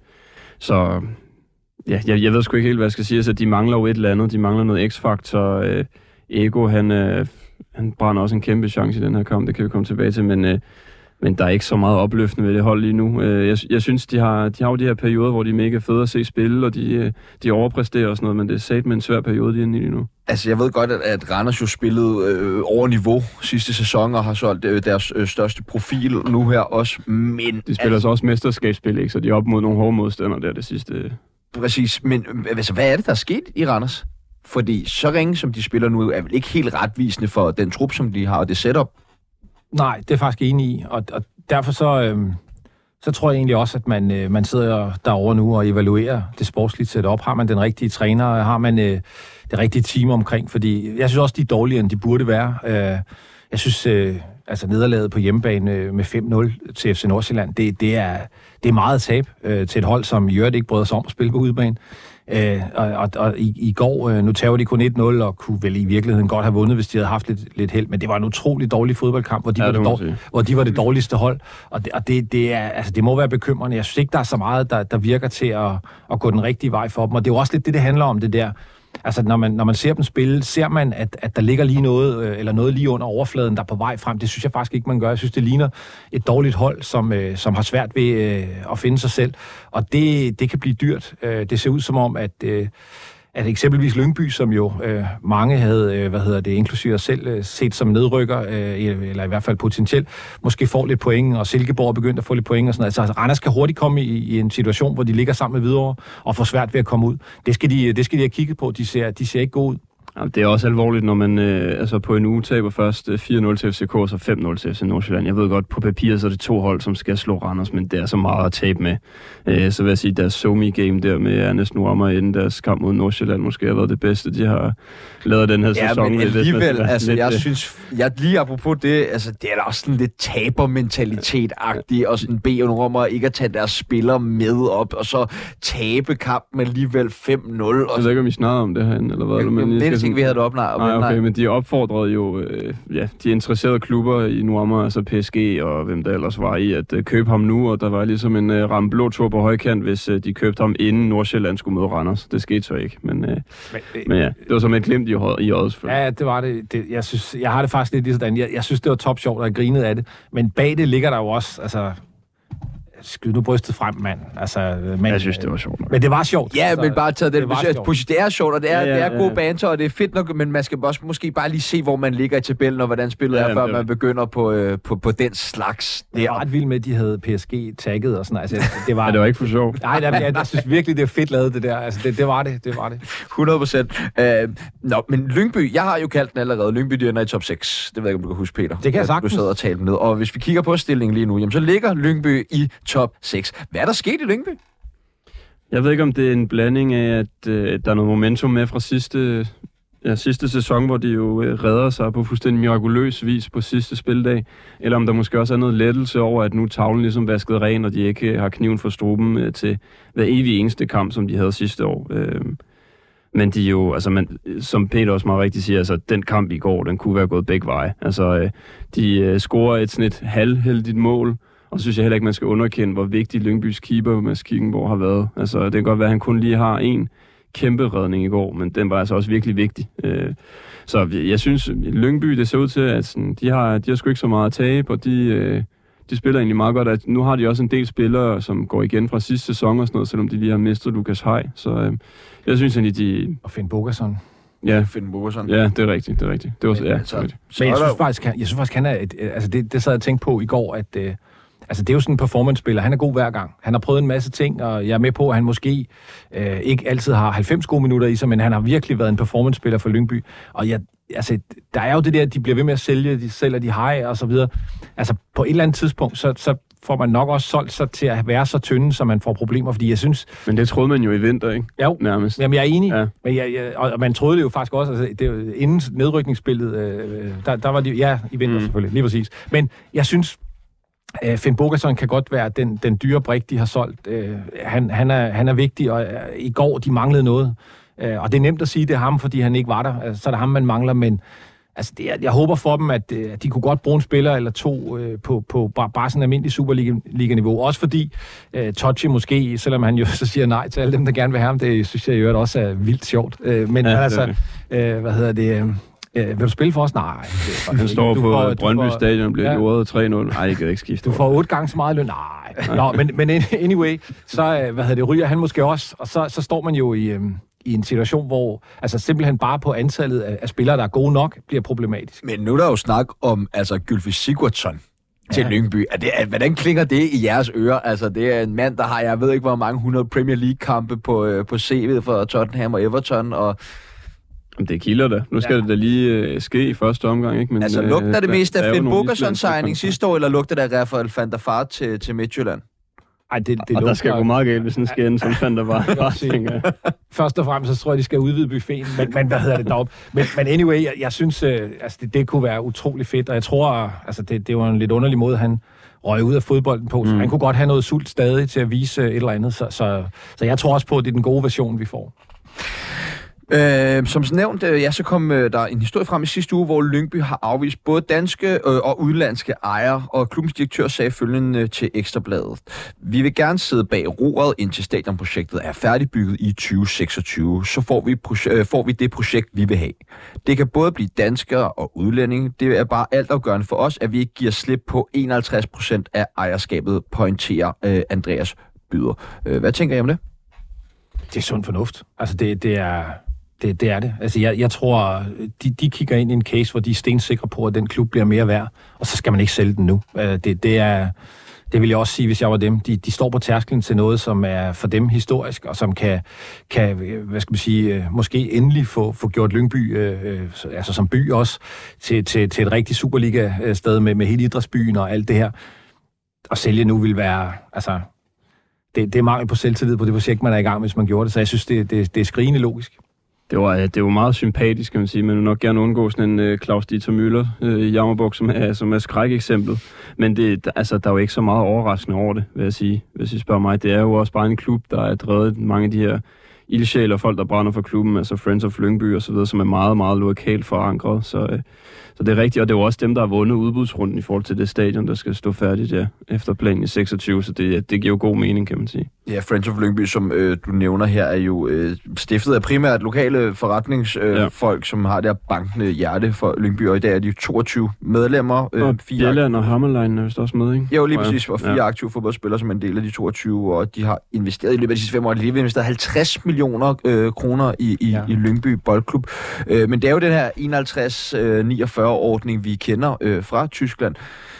B: så ja, jeg, jeg ved sgu ikke helt, hvad jeg skal sige. Altså, de mangler jo et eller andet. De mangler noget x-faktor. Øh, Ego, han, øh, han brænder også en kæmpe chance i den her kamp. Det kan vi komme tilbage til. Men, øh, men der er ikke så meget opløftende ved det hold lige nu. Øh, jeg, jeg synes, de har, de har jo de her perioder, hvor de er mega fede at se spille, og de, de overpræsterer og sådan noget. Men det er sat med en svær periode, de er inde i lige nu.
A: Altså, jeg ved godt, at, at Randers jo spillede øh, over niveau sidste sæson, og har solgt øh, deres øh, største profil nu her også, men...
B: De spiller altså også mesterskabsspil, ikke? Så de er op mod nogle hårde modstandere der det sidste...
A: Præcis, men altså, hvad er det, der er sket i Randers? Fordi så ringe, som de spiller nu, er vel ikke helt retvisende for den trup, som de har, og det setup? Nej,
C: det er faktisk enig i, og, og derfor så... Øh... Så tror jeg egentlig også, at man, øh, man sidder derovre nu og evaluerer det sportslige setup. Har man den rigtige træner? Har man øh, det rigtige team omkring? Fordi jeg synes også, de er dårligere, end de burde være. Øh, jeg synes, øh, altså nederlaget på hjemmebane øh, med fem nul til F C Nordsjælland, det, det, er, det er meget tab øh, til et hold, som i øvrigt ikke bryder sig om at spille på udebane. Øh, og, og, og i, i går, øh, nu tager de kun et nul og kunne vel i virkeligheden godt have vundet, hvis de havde haft lidt, lidt held, men det var en utrolig dårlig fodboldkamp, hvor de, ja, var, det dårlig, hvor de var det dårligste hold, og det, og det, det, er, altså, det må være bekymrende. Jeg synes ikke, der er så meget, der, der virker til at, at gå den rigtige vej for dem, og det er jo også lidt det, det handler om, det der. Altså, når man, når man ser dem spille, ser man, at, at der ligger lige noget, øh, eller noget lige under overfladen, der er på vej frem. Det synes jeg faktisk ikke, man gør. Jeg synes, det ligner et dårligt hold, som, øh, som har svært ved øh, at finde sig selv. Og det, det kan blive dyrt. Øh, det ser ud som om, at, øh, at eksempelvis Lyngby, som jo øh, mange havde, øh, hvad hedder det, inklusive os selv, øh, set som nedrykker, øh, eller i hvert fald potentielt, måske får lidt point, og Silkeborg er begyndt at få lidt point og sådan noget. Altså, Randers kan hurtigt komme i, i en situation, hvor de ligger sammen med Hvidovre og får svært ved at komme ud. Det skal de, det skal de have kigget på. De ser, de ser ikke gode ud.
B: Ja, det er også alvorligt, når man øh, altså på en uge taber først øh, fire nul til F C K, og så fem nul til F C Nordsjælland. Jeg ved godt, på papiret så er det to hold, som skal slå Randers, men det er så meget at tabe med. Øh, så vil jeg sige, at deres somi-game der med Ernest Nuammer inden deres kamp mod Nordsjælland måske har været det bedste, de har lavet den her
A: ja,
B: sæson.
A: Ja, men alligevel,
B: lidt,
A: altså
B: lidt,
A: jeg synes, jeg lige apropos det, altså det er da også sådan lidt tabermentalitet-agtigt, og sådan bede Nuammer ikke at tage deres spillere med op, og så tabe kampen alligevel fem nul.
B: Jeg ved ikke, om I snakker om det herinde, eller hvad?
A: Ja,
B: men
A: det er ikke, vi havde det op, nej.
B: Nej, okay, men de opfordrede jo øh, ja, de interesserede klubber i Nuammer, altså P S G og hvem der ellers var i, at øh, købe ham nu, og der var ligesom en øh, ramme blå tur på højkant, hvis øh, de købte ham inden Nordsjælland skulle møde Randers. Det skete så ikke, men, øh, men, øh, men ja, det var som et glimt i, i øjet.
C: Ja, det var det. det jeg, synes, jeg har det faktisk lidt sådan. Jeg, jeg synes, det var top sjovt, og jeg grinede af det. Men bag det ligger der jo også, altså... Skyd nu brystet frem, mand. Altså, men,
B: jeg synes, det var sjovt nok.
C: Men det var sjovt.
A: Ja, altså, men bare taget det. Det, det er sjovt, og det er,
B: ja, ja,
A: det er god
B: ja.
A: banter, og det er fedt nok, men man skal også måske bare lige se, hvor man ligger i tabellen, og hvordan spillet ja, er, før man begynder på, øh, på, på den slags.
C: Det er ret vildt med, at de havde P S G tagget og sådan noget. Altså, det var,
B: ja, det var ikke for sjovt.
C: Nej, jeg, jeg, jeg synes virkelig, det er fedt lavet, det der. Altså, det, det var det, det var det.
A: hundrede procent. Uh, nå, men Lyngby, jeg har jo kaldt den allerede. Lyngby, de ender i top seks. Det ved jeg ikke, om du kan huske, Peter.
C: Det kan jeg sagtens.
A: Du sad og talte med. Og hvis vi kigger på stillingen lige nu, jamen, så ligger Lyngby i top seks. Hvad er der sket i Lyngby?
B: Jeg ved ikke, om det er en blanding af, at øh, der er noget momentum med fra sidste, ja, sidste sæson, hvor de jo øh, redder sig på fuldstændig mirakuløs vis på sidste spildag, eller om der måske også er noget lettelse over, at nu tavlen ligesom vasket ren, og de ikke har kniven for struben øh, til hver evig eneste kamp, som de havde sidste år. Øh, men de jo, altså man, som Peter også meget rigtigt siger, altså den kamp i går, den kunne være gået begge veje. Altså øh, de øh, scorer et sådan et halvheldigt mål, og så synes jeg heller ikke, man skal underkende, hvor vigtig Lyngbys keeper, Mads Kickenborg, har været. Altså, det kan godt være, at han kun lige har en kæmpe redning i går, men den var altså også virkelig vigtig. Øh, så jeg synes, Lyngby, det ser ud til, at sådan, de, har, de har sgu ikke så meget at tabe, og de, øh, de spiller egentlig meget godt. At nu har de også en del spillere, som går igen fra sidste sæson og sådan noget, selvom de lige har mistet Lukas Hej. Så øh, jeg synes egentlig, de...
C: Og Finn Bogason.
B: Ja,
A: Finn Bogason.
B: Ja, det er rigtigt, det er rigtigt. Det var så, ja,
A: altså,
B: det er rigtigt.
C: Men jeg synes faktisk, han, jeg synes faktisk, han er... Et, altså det, det sad jeg og tænkte på i går, at... Øh, altså, det er jo sådan en performance-spiller. Han er god hver gang. Han har prøvet en masse ting, og jeg er med på, at han måske øh, ikke altid har halvfems gode minutter i sig, men han har virkelig været en performance-spiller for Lyngby. Og jeg, altså, der er jo det der, at de bliver ved med at sælge, de sælger de hej og så videre. Altså, på et eller andet tidspunkt, så, så får man nok også solgt sig til at være så tynde, så man får problemer, fordi jeg synes...
B: Men det troede man jo i vinter, ikke?
C: Jo,
B: nærmest.
C: Jamen, jeg er enig.
B: Ja. Men
C: jeg, jeg, og man troede det jo faktisk også, altså, det, var, inden nedrykningsspillet, øh, der, der var det... Ja, i vinter mm. selvfølgelig, lige præcis. Men jeg synes... Uh, Finn Bogason kan godt være den, den dyre brik, de har solgt. Uh, han, han, er, han er vigtig, og uh, i går, de manglede noget. Uh, og det er nemt at sige, det er ham, fordi han ikke var der. Uh, så er det ham, man mangler, men altså, det er, jeg håber for dem, at, uh, de kunne godt bruge en spiller eller to uh, på, på bare, bare sådan en almindelig Superliga-niveau. Også fordi uh, Tochi måske, selvom han jo så siger nej til alle dem, der gerne vil have ham, det synes jeg i øvrigt også er vildt sjovt. Uh, men ja, altså, uh, hvad hedder det... Uh, Øh, vil du spille for os? Nej.
B: Han står på får, Brøndby får, Stadion og bliver jordet ja. tre nul. Nej, det kan ikke skifte.
C: Du får otte gange så meget løn. Nej. Nå, men, men anyway, så hvad hedder det, ryger han måske også, og så, så står man jo i, øhm, i en situation, hvor altså simpelthen bare på antallet af, af spillere, der er gode nok, bliver problematisk.
A: Men nu er der jo snak om altså Gylfi Sigurdsson til ja. Lyngby. Er det, er, hvordan klinger det i jeres ører? Altså, det er en mand, der har, jeg ved ikke, hvor mange hundrede Premier League-kampe på, øh, på C V'et for Tottenham og Everton, og
B: det kilder da. Nu skal ja. det da lige øh, ske i første omgang, ikke? Men,
A: altså, lugter det mest af Finn Bogason-signing sidste år, eller lugter det af Rafael van der Vaart til, til Midtjylland?
C: Ej, det, det
B: og
C: lugter...
B: der skal gå meget galt, hvis den skal ende som van der Vaart.
C: Først og fremmest, så tror jeg, de skal udvide buffeten, men, men hvad hedder det deroppe? Men, men anyway, jeg, jeg synes, øh, altså, det, det kunne være utrolig fedt, og jeg tror, altså, det, det var en lidt underlig måde, han røg ud af fodbolden på, så mm. han kunne godt have noget sult stadig til at vise et eller andet, så, så, så jeg tror også på, at det er den gode version, vi får.
A: Øh, som nævnt, øh, ja, så kom øh, der en historie frem i sidste uge, hvor Lyngby har afvist både danske øh, og udenlandske ejere, og klubbens direktør sagde følgende til Ekstrabladet: Vi vil gerne sidde bag roret, indtil stadionprojektet er færdigbygget i tyve seksogtyve. Så får vi, proje- øh, får vi det projekt, vi vil have. Det kan både blive danskere og udlændinge. Det er bare altafgørende for os, at vi ikke giver slip på enoghalvtreds procent af ejerskabet, pointerer øh, Andreas Byder. Øh, hvad tænker I om det?
C: Det er sund fornuft. Altså, det, det er... Det, det er det. Altså, jeg, jeg tror, de, de kigger ind i en case, hvor de er stensikre på, at den klub bliver mere værd, og så skal man ikke sælge den nu. Det, det, er, det vil jeg også sige, hvis jeg var dem. De, de står på tærsklen til noget, som er for dem historisk, og som kan, kan hvad skal man sige, måske endelig få, få gjort Lyngby, øh, altså som by også, til, til, til et rigtigt Superliga-sted med, med hele idrætsbyen og alt det her. Og sælge nu vil være... altså det, det er mangel på selvtillid på det projekt, man er i gang, hvis man gjorde det, så jeg synes, det, det, det er skrigende logisk.
B: Det var, det var meget sympatisk, kan man sige. Man vil nok gerne undgå sådan en uh, Claus Dieter Müller uh, i Jammerburg, som er, som er skrækeksemplet. Men det, altså, der er jo ikke så meget overraskende over det, vil jeg sige. Hvis I spørger mig, det er jo også bare en klub, der er drevet mange af de her ildsjæler, folk, der brænder for klubben, altså Friends of Lyngby og så videre, som er meget, meget lokalt forankret. Så, uh, så det er rigtigt, og det er jo også dem, der har vundet udbudsrunden i forhold til det stadion, der skal stå færdigt ja, efter planen i seksogtyve, så det, det giver jo god mening, kan man sige.
A: Ja, Friends of Lyngby, som øh, du nævner her, er jo øh, stiftet af primært lokale forretningsfolk, øh, ja. som har der bankende hjerte for Lyngby, og i dag er de toogtyve medlemmer. Øh,
B: og Bjelland og Hammerlein er vist også med, ikke?
A: Jo, lige præcis, og fire ja. aktive fodboldspillere, som er en del af de toogtyve, og de har investeret i løbet af de sidste fem år, de har investeret halvtreds millioner øh, kroner i, i, ja. i Lyngby Boldklub. Øh, men det er jo den her enoghalvtreds niogfyrre-ordning, vi kender øh, fra Tyskland.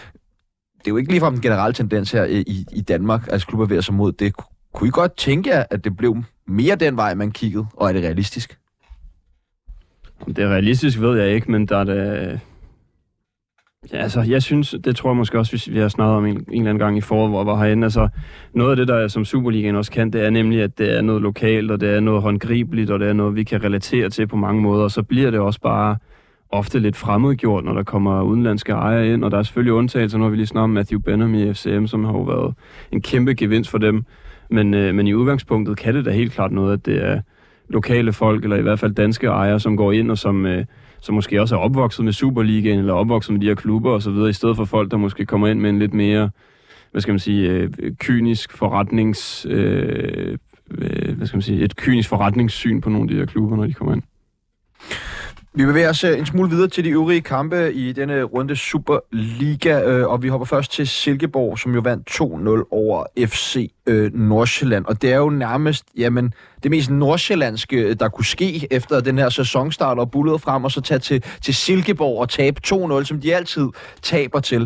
A: Det er jo ikke ligefrem en generel tendens her i, i Danmark, altså klubber ved sig mod det. Kunne I godt tænke jer, at det blev mere den vej, man kiggede, og er det realistisk?
B: Det er realistisk, ved jeg ikke, men der er det... Ja, altså, jeg synes, det tror jeg måske også, hvis vi har snakket om en, en eller anden gang i foråret, hvor jeg var herinde. Altså, noget af det, der som Superligaen også kan, det er nemlig, at det er noget lokalt, og det er noget håndgribeligt, og det er noget, vi kan relatere til på mange måder, og så bliver det også bare ofte lidt fremmedgjort, når der kommer udenlandske ejere ind, og der er selvfølgelig undtagelser, når vi lige snakker om Matthew Benham i F C M, som har jo været en kæmpe gevinst for dem. Men, øh, men i udgangspunktet kan det da helt klart noget, at det er lokale folk, eller i hvert fald danske ejere, som går ind, og som, øh, som måske også er opvokset med Superligaen, eller opvokset med de her klubber osv., i stedet for folk, der måske kommer ind med en lidt mere, hvad skal man sige, øh, kynisk forretnings... Øh, øh, hvad skal man sige, et kynisk forretningssyn på nogle af de her klubber, når de kommer ind.
A: Vi bevæger os en smule videre til de øvrige kampe i denne runde Superliga, og vi hopper først til Silkeborg, som jo vandt to nul over F C Nordsjælland. Og det er jo nærmest jamen, det mest nordsjællandske, der kunne ske efter den her sæsonstart, og bullede frem og så tage til, til Silkeborg og tabe to nul, som de altid taber til.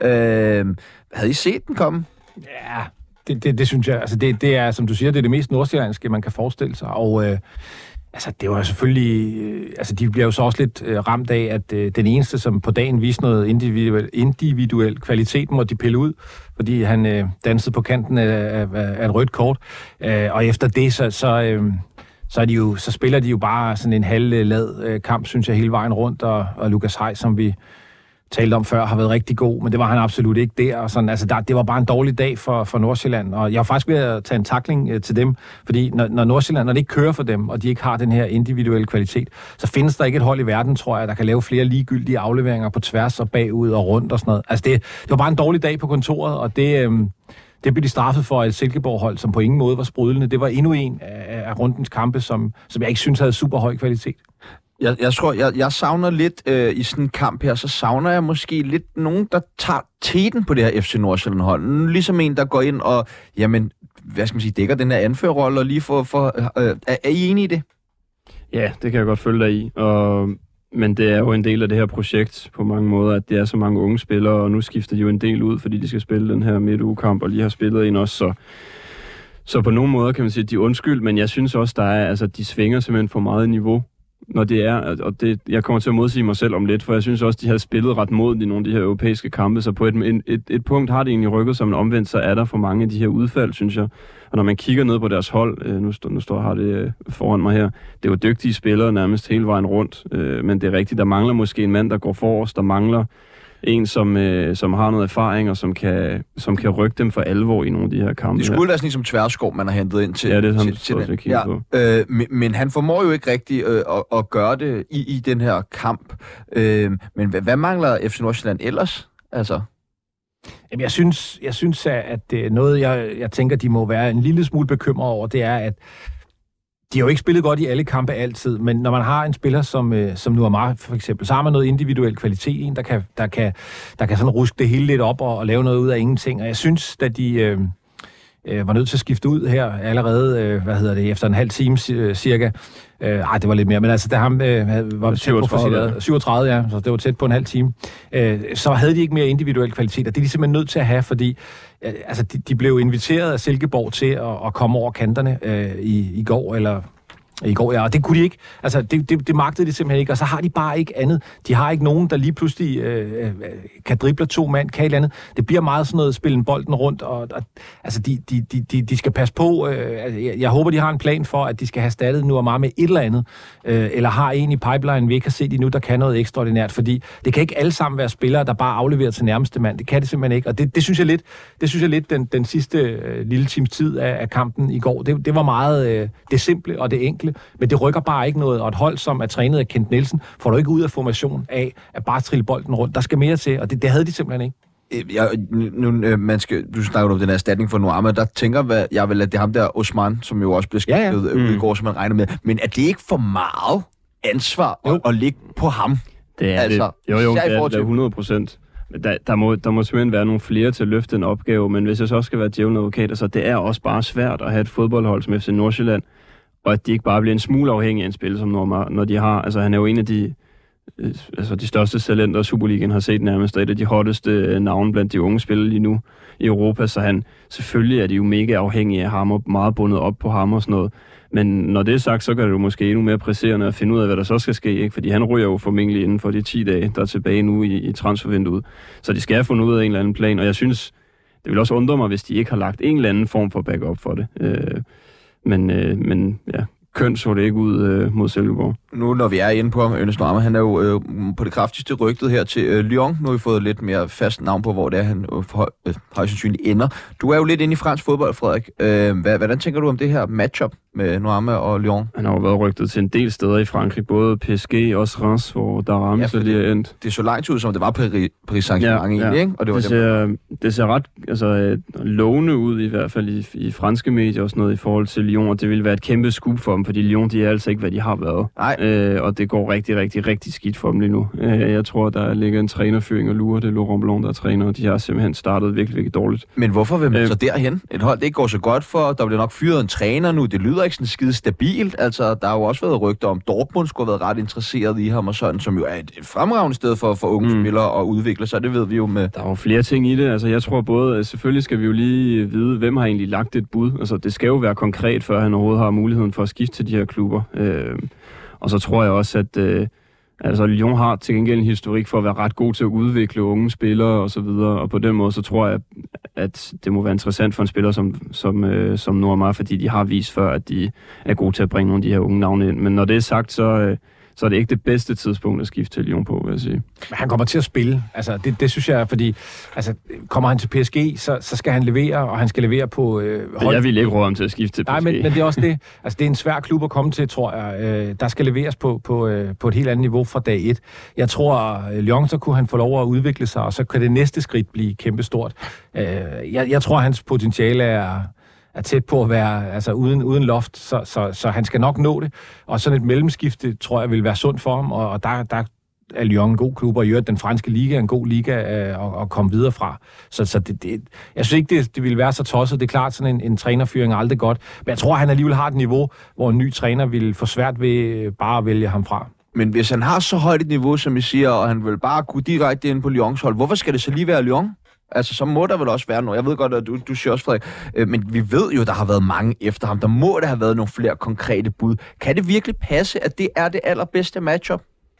A: Øh, havde I set den komme?
C: Ja, det, det, det synes jeg. Altså det, det er, som du siger, det er det mest nordsjællandske, man kan forestille sig. Og øh, altså, det var selvfølgelig... Øh, altså, de bliver jo så også lidt øh, ramt af, at øh, den eneste, som på dagen viste noget individuel, individuel kvalitet, må de pille ud, fordi han øh, dansede på kanten af, af, af et rødt kort. Øh, og efter det, så... så øh, Så, er de jo, så spiller de jo bare sådan en halvlad øh, kamp, synes jeg, hele vejen rundt. Og, og Lukas Hej, som vi talte om før, har været rigtig god, men det var han absolut ikke der. Og sådan, altså, der det var bare en dårlig dag for, for Nordsjælland. Og jeg var faktisk ved at tage en tackling øh, til dem, fordi når, når Nordsjælland, når det ikke kører for dem, og de ikke har den her individuelle kvalitet, så findes der ikke et hold i verden, tror jeg, der kan lave flere ligegyldige afleveringer på tværs og bagud og rundt og sådan noget. Altså, det, det var bare en dårlig dag på kontoret, og det... Øh, Det blev de straffet for et Silkeborg-hold, som på ingen måde var sprudlende. Det var endnu en af, af rundens kampe, som, som jeg ikke synes havde super høj kvalitet.
A: Jeg, jeg tror, jeg, jeg savner lidt øh, i sådan en kamp her, så savner jeg måske lidt nogen, der tager teten på det her F C Nordsjælland-hold. Ligesom en, der går ind og, jamen, hvad skal man sige, dækker den her anførerrolle og lige får... For, øh, er, er I enige i det?
B: Ja, det kan jeg godt følge dig i. Og, men det er jo en del af det her projekt på mange måder, at det er så mange unge spillere, og nu skifter de jo en del ud, fordi de skal spille den her midtugekamp, og lige har spillet en også, så... Så på nogle måder kan man sige, at de er undskyld, men jeg synes også, der er, altså, de svinger simpelthen for meget niveau, når det er, og det, jeg kommer til at modsige mig selv om lidt, for jeg synes også, de har spillet ret modigt i nogle af de her europæiske kampe, så på et, et, et, et punkt har det egentlig rykket sig, men omvendt så er der for mange af de her udfald, synes jeg. Og når man kigger ned på deres hold, øh, nu, stå, nu står har det øh, foran mig her, det er jo dygtige spillere nærmest hele vejen rundt, øh, men det er rigtigt, der mangler måske en mand, der går forrest, der mangler en, som, øh, som har noget erfaring, og som kan, som kan rykke dem for alvor i nogle af de her kampe.
A: Det skulle være sådan en som Tverskov, man har hentet ind til.
B: Ja, det er
A: til, til
B: den.
A: Ja, øh, men, men han formår jo ikke rigtigt øh, at, at gøre det i, i den her kamp. Øh, men hvad, hvad mangler F C Nordsjælland ellers? Altså...
C: Jamen, jeg synes, jeg synes at det noget, jeg, jeg tænker, de må være en lille smule bekymret over, det er, at de har jo ikke spillet godt i alle kampe altid, men når man har en spiller som, øh, som Nuamar for eksempel, så har man noget individuel kvalitet, en, der kan, der kan, der kan sådan ruske det hele lidt op og, og lave noget ud af ingenting. Og jeg synes, da de øh, øh, var nødt til at skifte ud her allerede, øh, hvad hedder det, efter en halv time øh, cirka, øh, ej, det var lidt mere, men altså, da ham øh, var tæt på for sit, syvogtredive, ja, så det var tæt på en halv time, øh, så havde de ikke mere individuel kvalitet, og det er de simpelthen nødt til at have, fordi øh, altså, de, de blev inviteret af Silkeborg til at, at komme over kanterne øh, i, i går, eller i går, ja, og det kunne de ikke. Altså, det, det, det magtede de simpelthen ikke, og så har de bare ikke andet. De har ikke nogen, der lige pludselig øh, kan drible to mand, kan et andet. Det bliver meget sådan noget, spille bolden rundt, og, og altså, de, de, de, de skal passe på. Øh, jeg, jeg håber, de har en plan for, at de skal have startet nu og meget med et eller andet, øh, eller har en i pipeline, vi ikke har set endnu, der kan noget ekstraordinært, fordi det kan ikke alle sammen være spillere, der bare afleverer til nærmeste mand. Det kan det simpelthen ikke, og det, det synes jeg lidt, det synes jeg lidt den, den sidste øh, lille times tid af, af kampen i går. Det, det var meget øh, det simple og det enkle, men det rykker bare ikke noget, og et hold, som er trænet af Kent Nielsen, får du ikke ud af formation af at bare trille bolden rundt. Der skal mere til, og det, det havde de simpelthen ikke.
A: Jeg, nu, man skal, du snakker om den her erstatning for Nuama, der tænker hvad, jeg vel, at det er ham der Osman, som jo også blev skiftet ja, ja. mm. i går, som man regner med. Men er det ikke for meget ansvar at, at ligge på ham?
B: Det er altså, det. Jo, jo, det er, det er hundrede procent. Der, der, må, der må simpelthen være nogle flere til at løfte en opgave, men hvis jeg så skal være djævlen advokat, altså det er også bare svært at have et fodboldhold som F C Nordsjælland, og at de ikke bare bliver en smule afhængige af en spiller, som når, når de har... Altså, han er jo en af de, øh, altså, de største talenter, Superligaen har set nærmest, og et af de hotteste øh, navne blandt de unge spillere lige nu i Europa, så han... Selvfølgelig er de jo mega afhængige af ham, og meget bundet op på ham og sådan noget. Men når det er sagt, så kan det jo måske endnu mere presserende at finde ud af, hvad der så skal ske, ikke? Fordi han ryger jo formentlig inden for de ti dage, der er tilbage nu i, i transfervinduet. Så de skal have fundet ud af en eller anden plan, og jeg synes, det vil også undre mig, hvis de ikke har lagt en eller anden form for backup for det. Øh, Men, øh, men ja, kønt så det ikke ud øh, mod Silkeborg.
A: Nu når vi er inde på ham, Ernest Nuama, han er jo øh, på det kraftigste rygtet her til øh, Lyon. Nu har vi fået lidt mere fast navn på, hvor det er, han øh, højst sandsynligt ender. Du er jo lidt inde i fransk fodbold, Frederik. Øh, hvad, hvordan tænker du om det her matchup? med Noama og Lyon?
B: Han har jo været rygtet til en del steder i Frankrig, både P S G og også Reims, hvor der rammer så lige er endt.
A: Det så langt ud, som det var Paris, Paris Saint-Germain ja, egentlig,
B: ja.
A: ikke?
B: Og det, var det, ser, det ser ret altså, lovende ud, i hvert fald i, i franske medier og sådan noget, i forhold til Lyon, og det ville være et kæmpe skub for dem, fordi Lyon, de er altså ikke, hvad de har været. Øh, og det går rigtig, rigtig, rigtig skidt for dem lige nu. Øh, jeg tror, der ligger en trænerføring og lurer, det er Laurent Blanc, der er træner, og de har simpelthen startet virkelig, virkelig dårligt.
A: Men hvorfor vil man øh, så derhen? Et hold, det ikke går så godt for, der bliver nok fyret en træner nu, det lyder ikke sådan skide stabilt. Altså, der har jo også været rygter om, Dortmund skulle have været ret interesseret i ham og sådan, som jo er et fremragende sted for, for unge mm. spillere at udvikle sig, det ved vi jo med.
B: Der er jo flere ting i det. Altså, jeg tror både, selvfølgelig skal vi jo lige vide, hvem har egentlig lagt et bud. Altså, det skal jo være konkret, før han overhovedet har muligheden for at skifte til de her klubber. Øh, og så tror jeg også, at øh, altså, Lyon har til gengæld en historik for at være ret god til at udvikle unge spillere og så videre. Og på den måde, så tror jeg, at det må være interessant for en spiller som, som, øh, som Noama, fordi de har vist før, at de er gode til at bringe nogle af de her unge navne ind. Men når det er sagt, så, øh, så er det ikke det bedste tidspunkt at skifte til Lyon på, vil jeg sige.
C: Men han kommer til at spille. Altså, det, det synes jeg, fordi altså, kommer han til P S G, så, så skal han levere, og han skal levere på øh, hold.
B: Jeg vil ikke råde ham til at skifte til P S G.
C: Nej, men, men det er også det. Altså, det er en svær klub at komme til, tror jeg. Øh, der skal leveres på, på, øh, på et helt andet niveau fra dag et. Jeg tror, at Lyon, så kunne han få lov at udvikle sig, og så kan det næste skridt blive kæmpestort. Øh, jeg, jeg tror, hans potentiale er... er tæt på at være altså uden, uden loft, så, så, så han skal nok nå det. Og sådan et mellemskifte, tror jeg, vil være sundt for ham, og, og der, der er Lyon en god klub, og i øvrigt den franske liga er en god liga øh, at, at komme videre fra. Så, så det, det, jeg synes ikke, det, det ville være så tosset. Det er klart, sådan en, en trænerfyring er aldrig godt. Men jeg tror, han alligevel har et niveau, hvor en ny træner ville få svært ved bare at vælge ham fra.
A: Men hvis han har så højt et niveau, som I siger, og han vil bare gå direkte ind på Lyons hold, hvorfor skal det så lige være Lyon? Altså, så må der vel også være noget. Jeg ved godt, at du, du siger også, Frederik, øh, men vi ved jo, der har været mange efter ham. Der må der have været nogle flere konkrete bud. Kan det virkelig passe, at det er det allerbedste matchup?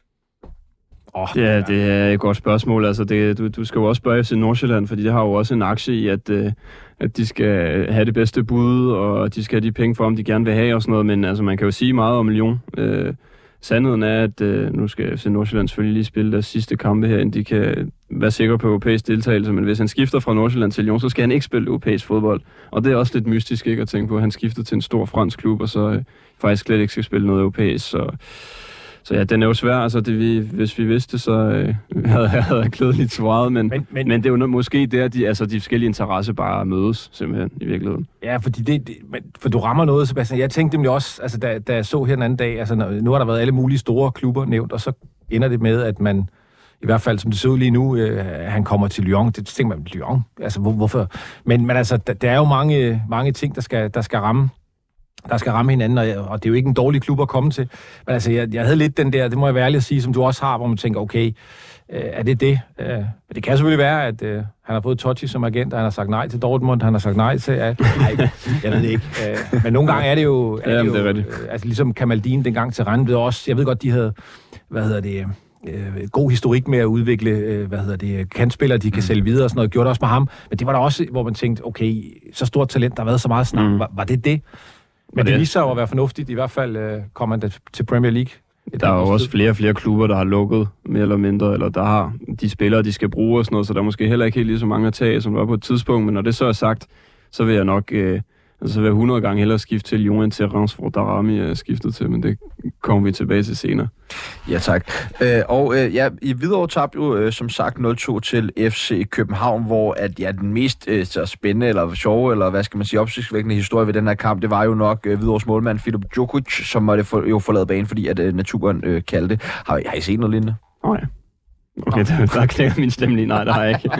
B: Oh, ja, det er et godt spørgsmål. Altså, det, du, du skal jo også spørge F C Nordsjælland, fordi det har jo også en aktie i, at, øh, at de skal have det bedste bud, og de skal have de penge for, om de gerne vil have og sådan noget. Men altså, man kan jo sige meget om Lyon. Øh, Sandheden er, at øh, nu skal F C Nordsjælland selvfølgelig lige spille deres sidste kampe her, inden de kan være sikre på europæisk deltagelse, men hvis han skifter fra Nordsjælland til Lyon, så skal han ikke spille europæisk fodbold. Og det er også lidt mystisk ikke at tænke på, at han skifter til en stor fransk klub, og så øh, faktisk slet ikke skal spille noget europæisk. Så, så ja, den er jo svær. Altså, det, vi, hvis vi vidste, så øh, havde jeg havde klædeligt svaret, men, men, men, men det er jo måske der, de, altså, de forskellige interesser bare mødes, simpelthen, i virkeligheden.
C: Ja, fordi det, det, for du rammer noget, Sebastian. Jeg tænkte nemlig også, altså, da, da jeg så her den anden dag, altså, nu har der været alle mulige store klubber nævnt, og så ender det med, at man, i hvert fald som det ser ud lige nu, øh, han kommer til Lyon. Det tænker man, Lyon? Altså, hvor, hvorfor? Men, men altså, der, der er jo mange, mange ting, der skal, der skal ramme. der skal ramme hinanden, og, og det er jo ikke en dårlig klub at komme til. Men altså, jeg, jeg havde lidt den der, det må jeg være ærlig at sige, som du også har, hvor man tænker, okay, øh, er det det? Øh, men det kan selvfølgelig være, at øh, han har fået Totti som agent, og han har sagt nej til Dortmund, han har sagt nej til... At, nej, jeg ved det ikke. Øh, men nogle gange er det jo... Er
B: Jamen,
C: det jo
B: det er rigtigt.
C: øh, altså ligesom Kamaldin dengang til Rennes, også, jeg ved godt, de havde, hvad hedder det... Øh, god historik med at udvikle, øh, hvad hedder det, kantspillere, de kan mm. sælge videre og sådan noget, gjorde det også med ham. Men det var der også, hvor man tænkte, okay, så stort talent, der har været så meget snak. Mm. Var, var det det? Men det, det viser sig at være fornuftigt. I hvert fald øh, kommer han til Premier League.
B: Der er jo også flere og flere klubber, der har lukket mere eller mindre, eller der har de spillere, de skal bruge og sådan noget, så der er måske heller ikke helt lige så mange at tage, som der var på et tidspunkt. Men når det så er sagt, så vil jeg nok... Øh, Altså, så vil jeg hundrede gange hellere skifte til Lyon til Reims, hvor Darami er skiftet til, men det kommer vi tilbage til senere.
A: Ja, tak. Øh, og øh, ja, i Hvidovre tabte jo øh, som sagt nul to til F C København, hvor at, ja, den mest øh, så spændende eller sjove, eller hvad skal man sige, opsigtsvækkende historie ved den her kamp, det var jo nok øh, Hvidovres målmand Filip Djukic, som måtte for, jo forlade banen, fordi at øh, naturen øh, kaldte. Har, har I set noget lignende?
B: Nej. Oh, ja. Okay, der, der knækker min stemme lige. Nej, der har jeg ikke.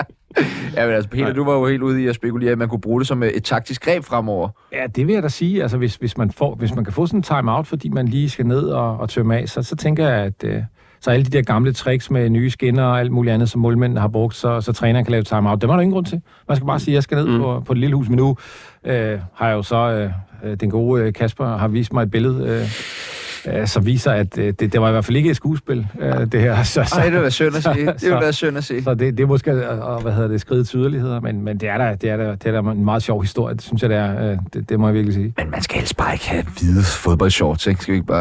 A: Ja, men altså, Peter, du var jo helt ude i at spekulere, at man kunne bruge det som et taktisk greb fremover.
C: Ja, det vil jeg da sige. Altså, hvis, hvis, man, får, hvis man kan få sådan en time-out, fordi man lige skal ned og, og tømme af, så, så tænker jeg, at øh, så alle de der gamle tricks med nye skinner og alt muligt andet, som målmændene har brugt, så, så træneren kan lave time-out. Det var der ingen grund til. Man skal bare sige, at jeg skal ned mm. på, på det lille hus. Men nu øh, har jeg jo så, øh, den gode Kasper har vist mig et billede, øh, som viser, at det, det var i hvert fald ikke et skuespil, det her. Så, så,
A: Ej, det vil være synd at se. Det vil være synd at se.
C: Så det, det er måske, hvad hedder det, skridt til yderligheder, men, men det er da det er da, det er da en meget sjov historie, det synes jeg, det er. Det, det må jeg virkelig sige.
A: Men man skal helst bare ikke have hvide fodboldshorts, ikke? Skal vi ikke bare...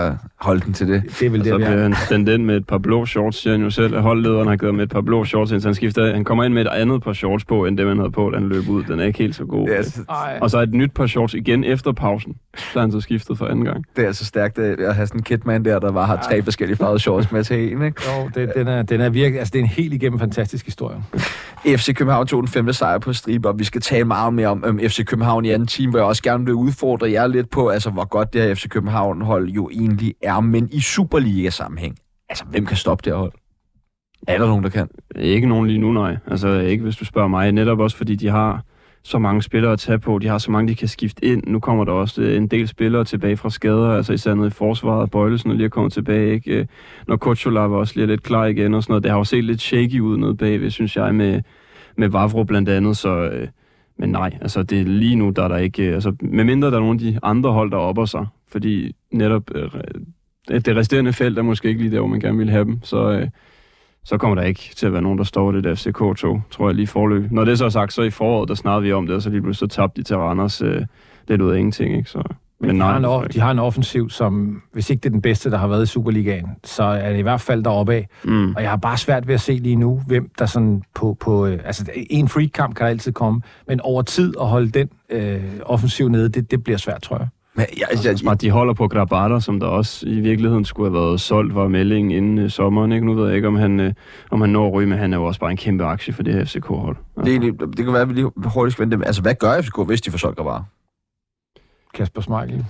A: holde den til det.
C: Det er vel
B: Og
C: det,
B: så
C: vi
B: bliver
C: har.
B: han sendt ind med et par blå shorts, siger han jo selv. Holdlederen har givet med et par blå shorts, indtil han skifter. Han kommer ind med et andet par shorts på, end det man havde på, da han løb ud. Den er ikke helt så god.
A: Yes.
B: Og så et nyt par shorts igen efter pausen. Så er han så skiftet for anden gang.
A: Det er altså stærkt at have sådan en kitman der, der bare har tre forskellige farvede shorts med til en, ikke?
C: Jo, det, den, er, den er virkelig, altså det er en helt igennem fantastisk historie.
A: F C København tog den femte sejr på stribe, og vi skal tale meget mere om, om F C København i anden time, hvor jeg også gerne vil udfordre jer lidt på, altså hvor godt det her F C København-hold jo egentlig er, men i Superliga-sammenhæng, altså hvem kan stoppe det her hold? Er der nogen, der kan?
B: Ikke nogen lige nu, nej. Altså ikke, hvis du spørger mig. Netop også, fordi de har så mange spillere at tage på. De har så mange, de kan skifte ind. Nu kommer der også en del spillere tilbage fra skader, altså især nede i forsvaret. Bøjlesen er lige kommet tilbage, ikke? Når Kochola var også lige lidt klar igen og sådan noget. Det har jo set lidt shaky ud nede bagved, synes jeg, med, med Vavro blandt andet, så... Øh, men nej, altså det er lige nu, der er der ikke... Altså, medmindre der er nogle af de andre hold, der opper sig, fordi netop øh, det resterende felt er måske ikke lige der, hvor man gerne vil have dem, så... Øh, så kommer der ikke til at være nogen, der står det der F C K-tog, tror jeg lige forløb. Når det så er sagt, så i foråret, der snakkede vi om det, og så lige pludselig så tabte de til Randers øh, lidt ud af ingenting, ikke? Så,
C: men
B: men
C: de,
B: nej,
C: har en, de har en offensiv, som, hvis ikke det er den bedste, der har været i Superligaen, så er det i hvert fald deroppe af. Mm. Og jeg har bare svært ved at se lige nu, hvem der sådan på... på øh, altså, en free-kamp kan der altid komme, men over tid at holde den øh, offensiv nede, det, det bliver svært, tror jeg.
A: Men jeg, jeg, jeg,
B: de holder på Grabata, som der også i virkeligheden skulle have været solgt, var meldingen inden øh, sommeren. Ikke? Nu ved jeg ikke, om han, øh, om han når at ryge, men han er jo også bare en kæmpe aktie for det her F C K-hold. Ja.
A: det, det kan være, at vi lige hurtigt skal vente. Altså, hvad gør F C K, hvis de får solgt Grabata?
C: Kasper Schmeichel.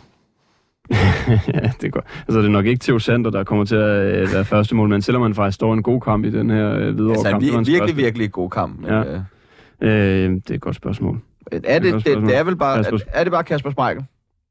B: Ja, det går. Altså, det er nok ikke Theo Sander, der kommer til at øh, være første mål, men selvom han faktisk står en god kamp i den her øh, videre
A: altså,
B: kamp.
A: Altså, en vir- virkelig,
B: første.
A: virkelig god kamp. Men,
B: Ja.
A: øh,
B: Øh, det er et godt spørgsmål.
A: er, det, det, det, det er vel bare,
B: Kasper-
A: er, er det bare Kasper Schmeichel?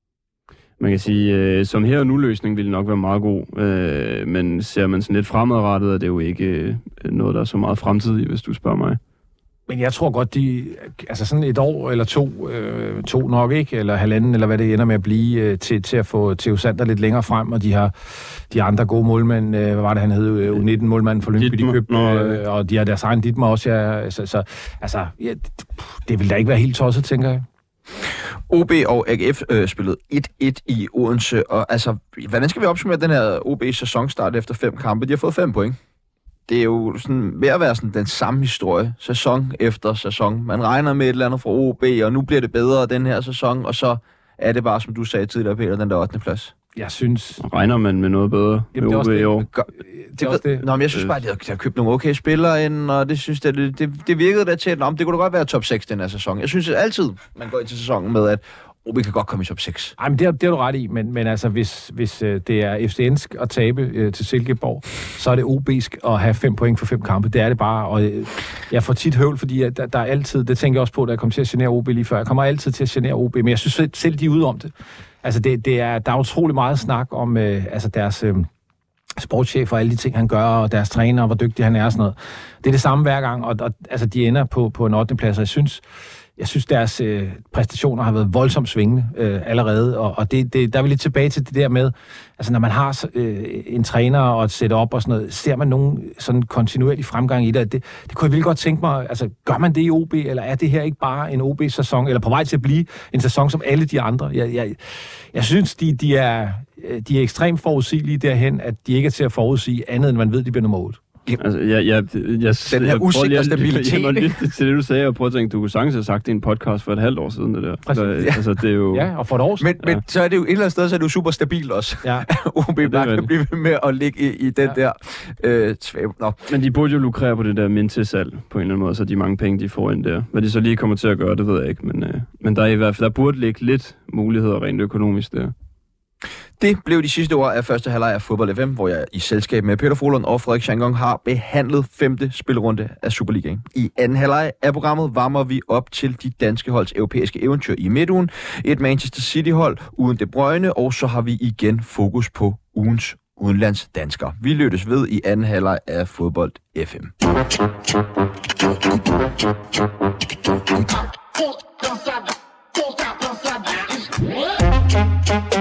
B: Man kan sige, øh, som her og nu løsning ville nok være meget god, øh, men ser man sådan lidt fremadrettet, er det jo ikke øh, noget, der er så meget fremtid i, hvis du spørger mig.
C: Men jeg tror godt, de... Altså sådan et år eller to, øh, to nok ikke, eller halvanden, eller hvad det ender med at blive, øh, til, til at få Theo Sander lidt længere frem, og de har de andre gode målmænd, øh, hvad var det, han hed, øh, U nitten-målmanden for Lyngby, de købte, øh, og de har deres egen Dietmar også, ja, så, så altså, ja, det, det vil da ikke være helt tosset, tænker jeg.
A: O B og A G F øh, spillede et et i Odense, og altså, hvordan skal vi opsummere den her O B sæsonstart efter fem kampe? De har fået fem point. Det er jo sådan, ved at være sådan den samme historie, sæson efter sæson. Man regner med et eller andet fra O B, og nu bliver det bedre den her sæson, og så er det bare, som du sagde tidligere, Peter, den der ottende plads.
C: Jeg synes...
B: Regner man med noget bedre
C: Jamen,
B: med O B i år?
A: Gør,
C: det er også det.
A: Nå, men jeg synes bare, at de har, de har købt nogle okay spillere ind, og det synes det, det, det virkede da til, at det kunne da godt være top seks den her sæson. Jeg synes at altid, man går ind til sæsonen med, at O B kan godt komme i top seks.
C: Ej, men det, er, det er du ret i, men, men altså, hvis, hvis øh, det er F C N'sk at tabe øh, til Silkeborg, så er det O B'sk at have fem point for fem kampe. Det er det bare, og øh, jeg får tit høvl, fordi at der, der er altid, det tænker jeg også på, da jeg kom til at genere O B lige før, jeg kommer altid til at genere O B, men jeg synes selv, selv de er ude om det. Altså, det, det er, der er utrolig meget snak om øh, altså deres... Øh, sportschef og alle de ting, han gør, og deres træner, og hvor dygtig han er og sådan noget. Det er det samme hver gang, og, og altså, de ender på, på en ottende plads, og jeg synes, jeg synes deres øh, præstationer har været voldsomt svingende øh, allerede, og, og det, det, der er vi lidt tilbage til det der med, altså når man har øh, en træner og et setup og sådan noget, ser man nogen sådan kontinuerlig fremgang i det, det, det kunne jeg virkelig godt tænke mig, altså gør man det i O B, eller er det her ikke bare en O B-sæson, eller på vej til at blive en sæson som alle de andre? Jeg, jeg, jeg synes, de, de, er, de er ekstremt forudsigelige derhen, at de ikke er til at forudsige andet, end man ved, de bliver nummer otte.
B: Altså, jeg, jeg, jeg,
A: den her usikre stabilitet.
B: Jeg, jeg, jeg, jeg til det, du sagde, og prøve at tænke, du kunne sagtens have sagt det i en podcast for et halvt år siden, det der.
C: Præcis.
B: Så, altså, det er jo...
C: Ja, og for et år siden.
A: Men, men så er det jo et eller andet sted, så er det jo super stabilt også.
C: Ja.
A: O B bare kan blive ved med at ligge i, i den ja. der øh, svæv. Nå.
B: Men de burde jo lukrere på det der Mintis-salg på en eller anden måde, så de mange penge, de får ind der. Hvad de så lige kommer til at gøre, det ved jeg ikke. Men, øh, men der er i hvert fald, der burde ligge lidt muligheder rent økonomisk der.
A: Det blev de sidste ord af første halvleg af Fodbold F M, hvor jeg i selskab med Peter Frohlund og Frederik Schangang har behandlet femte spilrunde af Superligaen. I anden halvleg af programmet varmer vi op til de danske holds europæiske eventyr i midtugen. Et Manchester City-hold uden De Bruyne, og så har vi igen fokus på ugens udenlandsdanskere. Vi lyttes ved i anden halvleg af Fodbold F M. Full,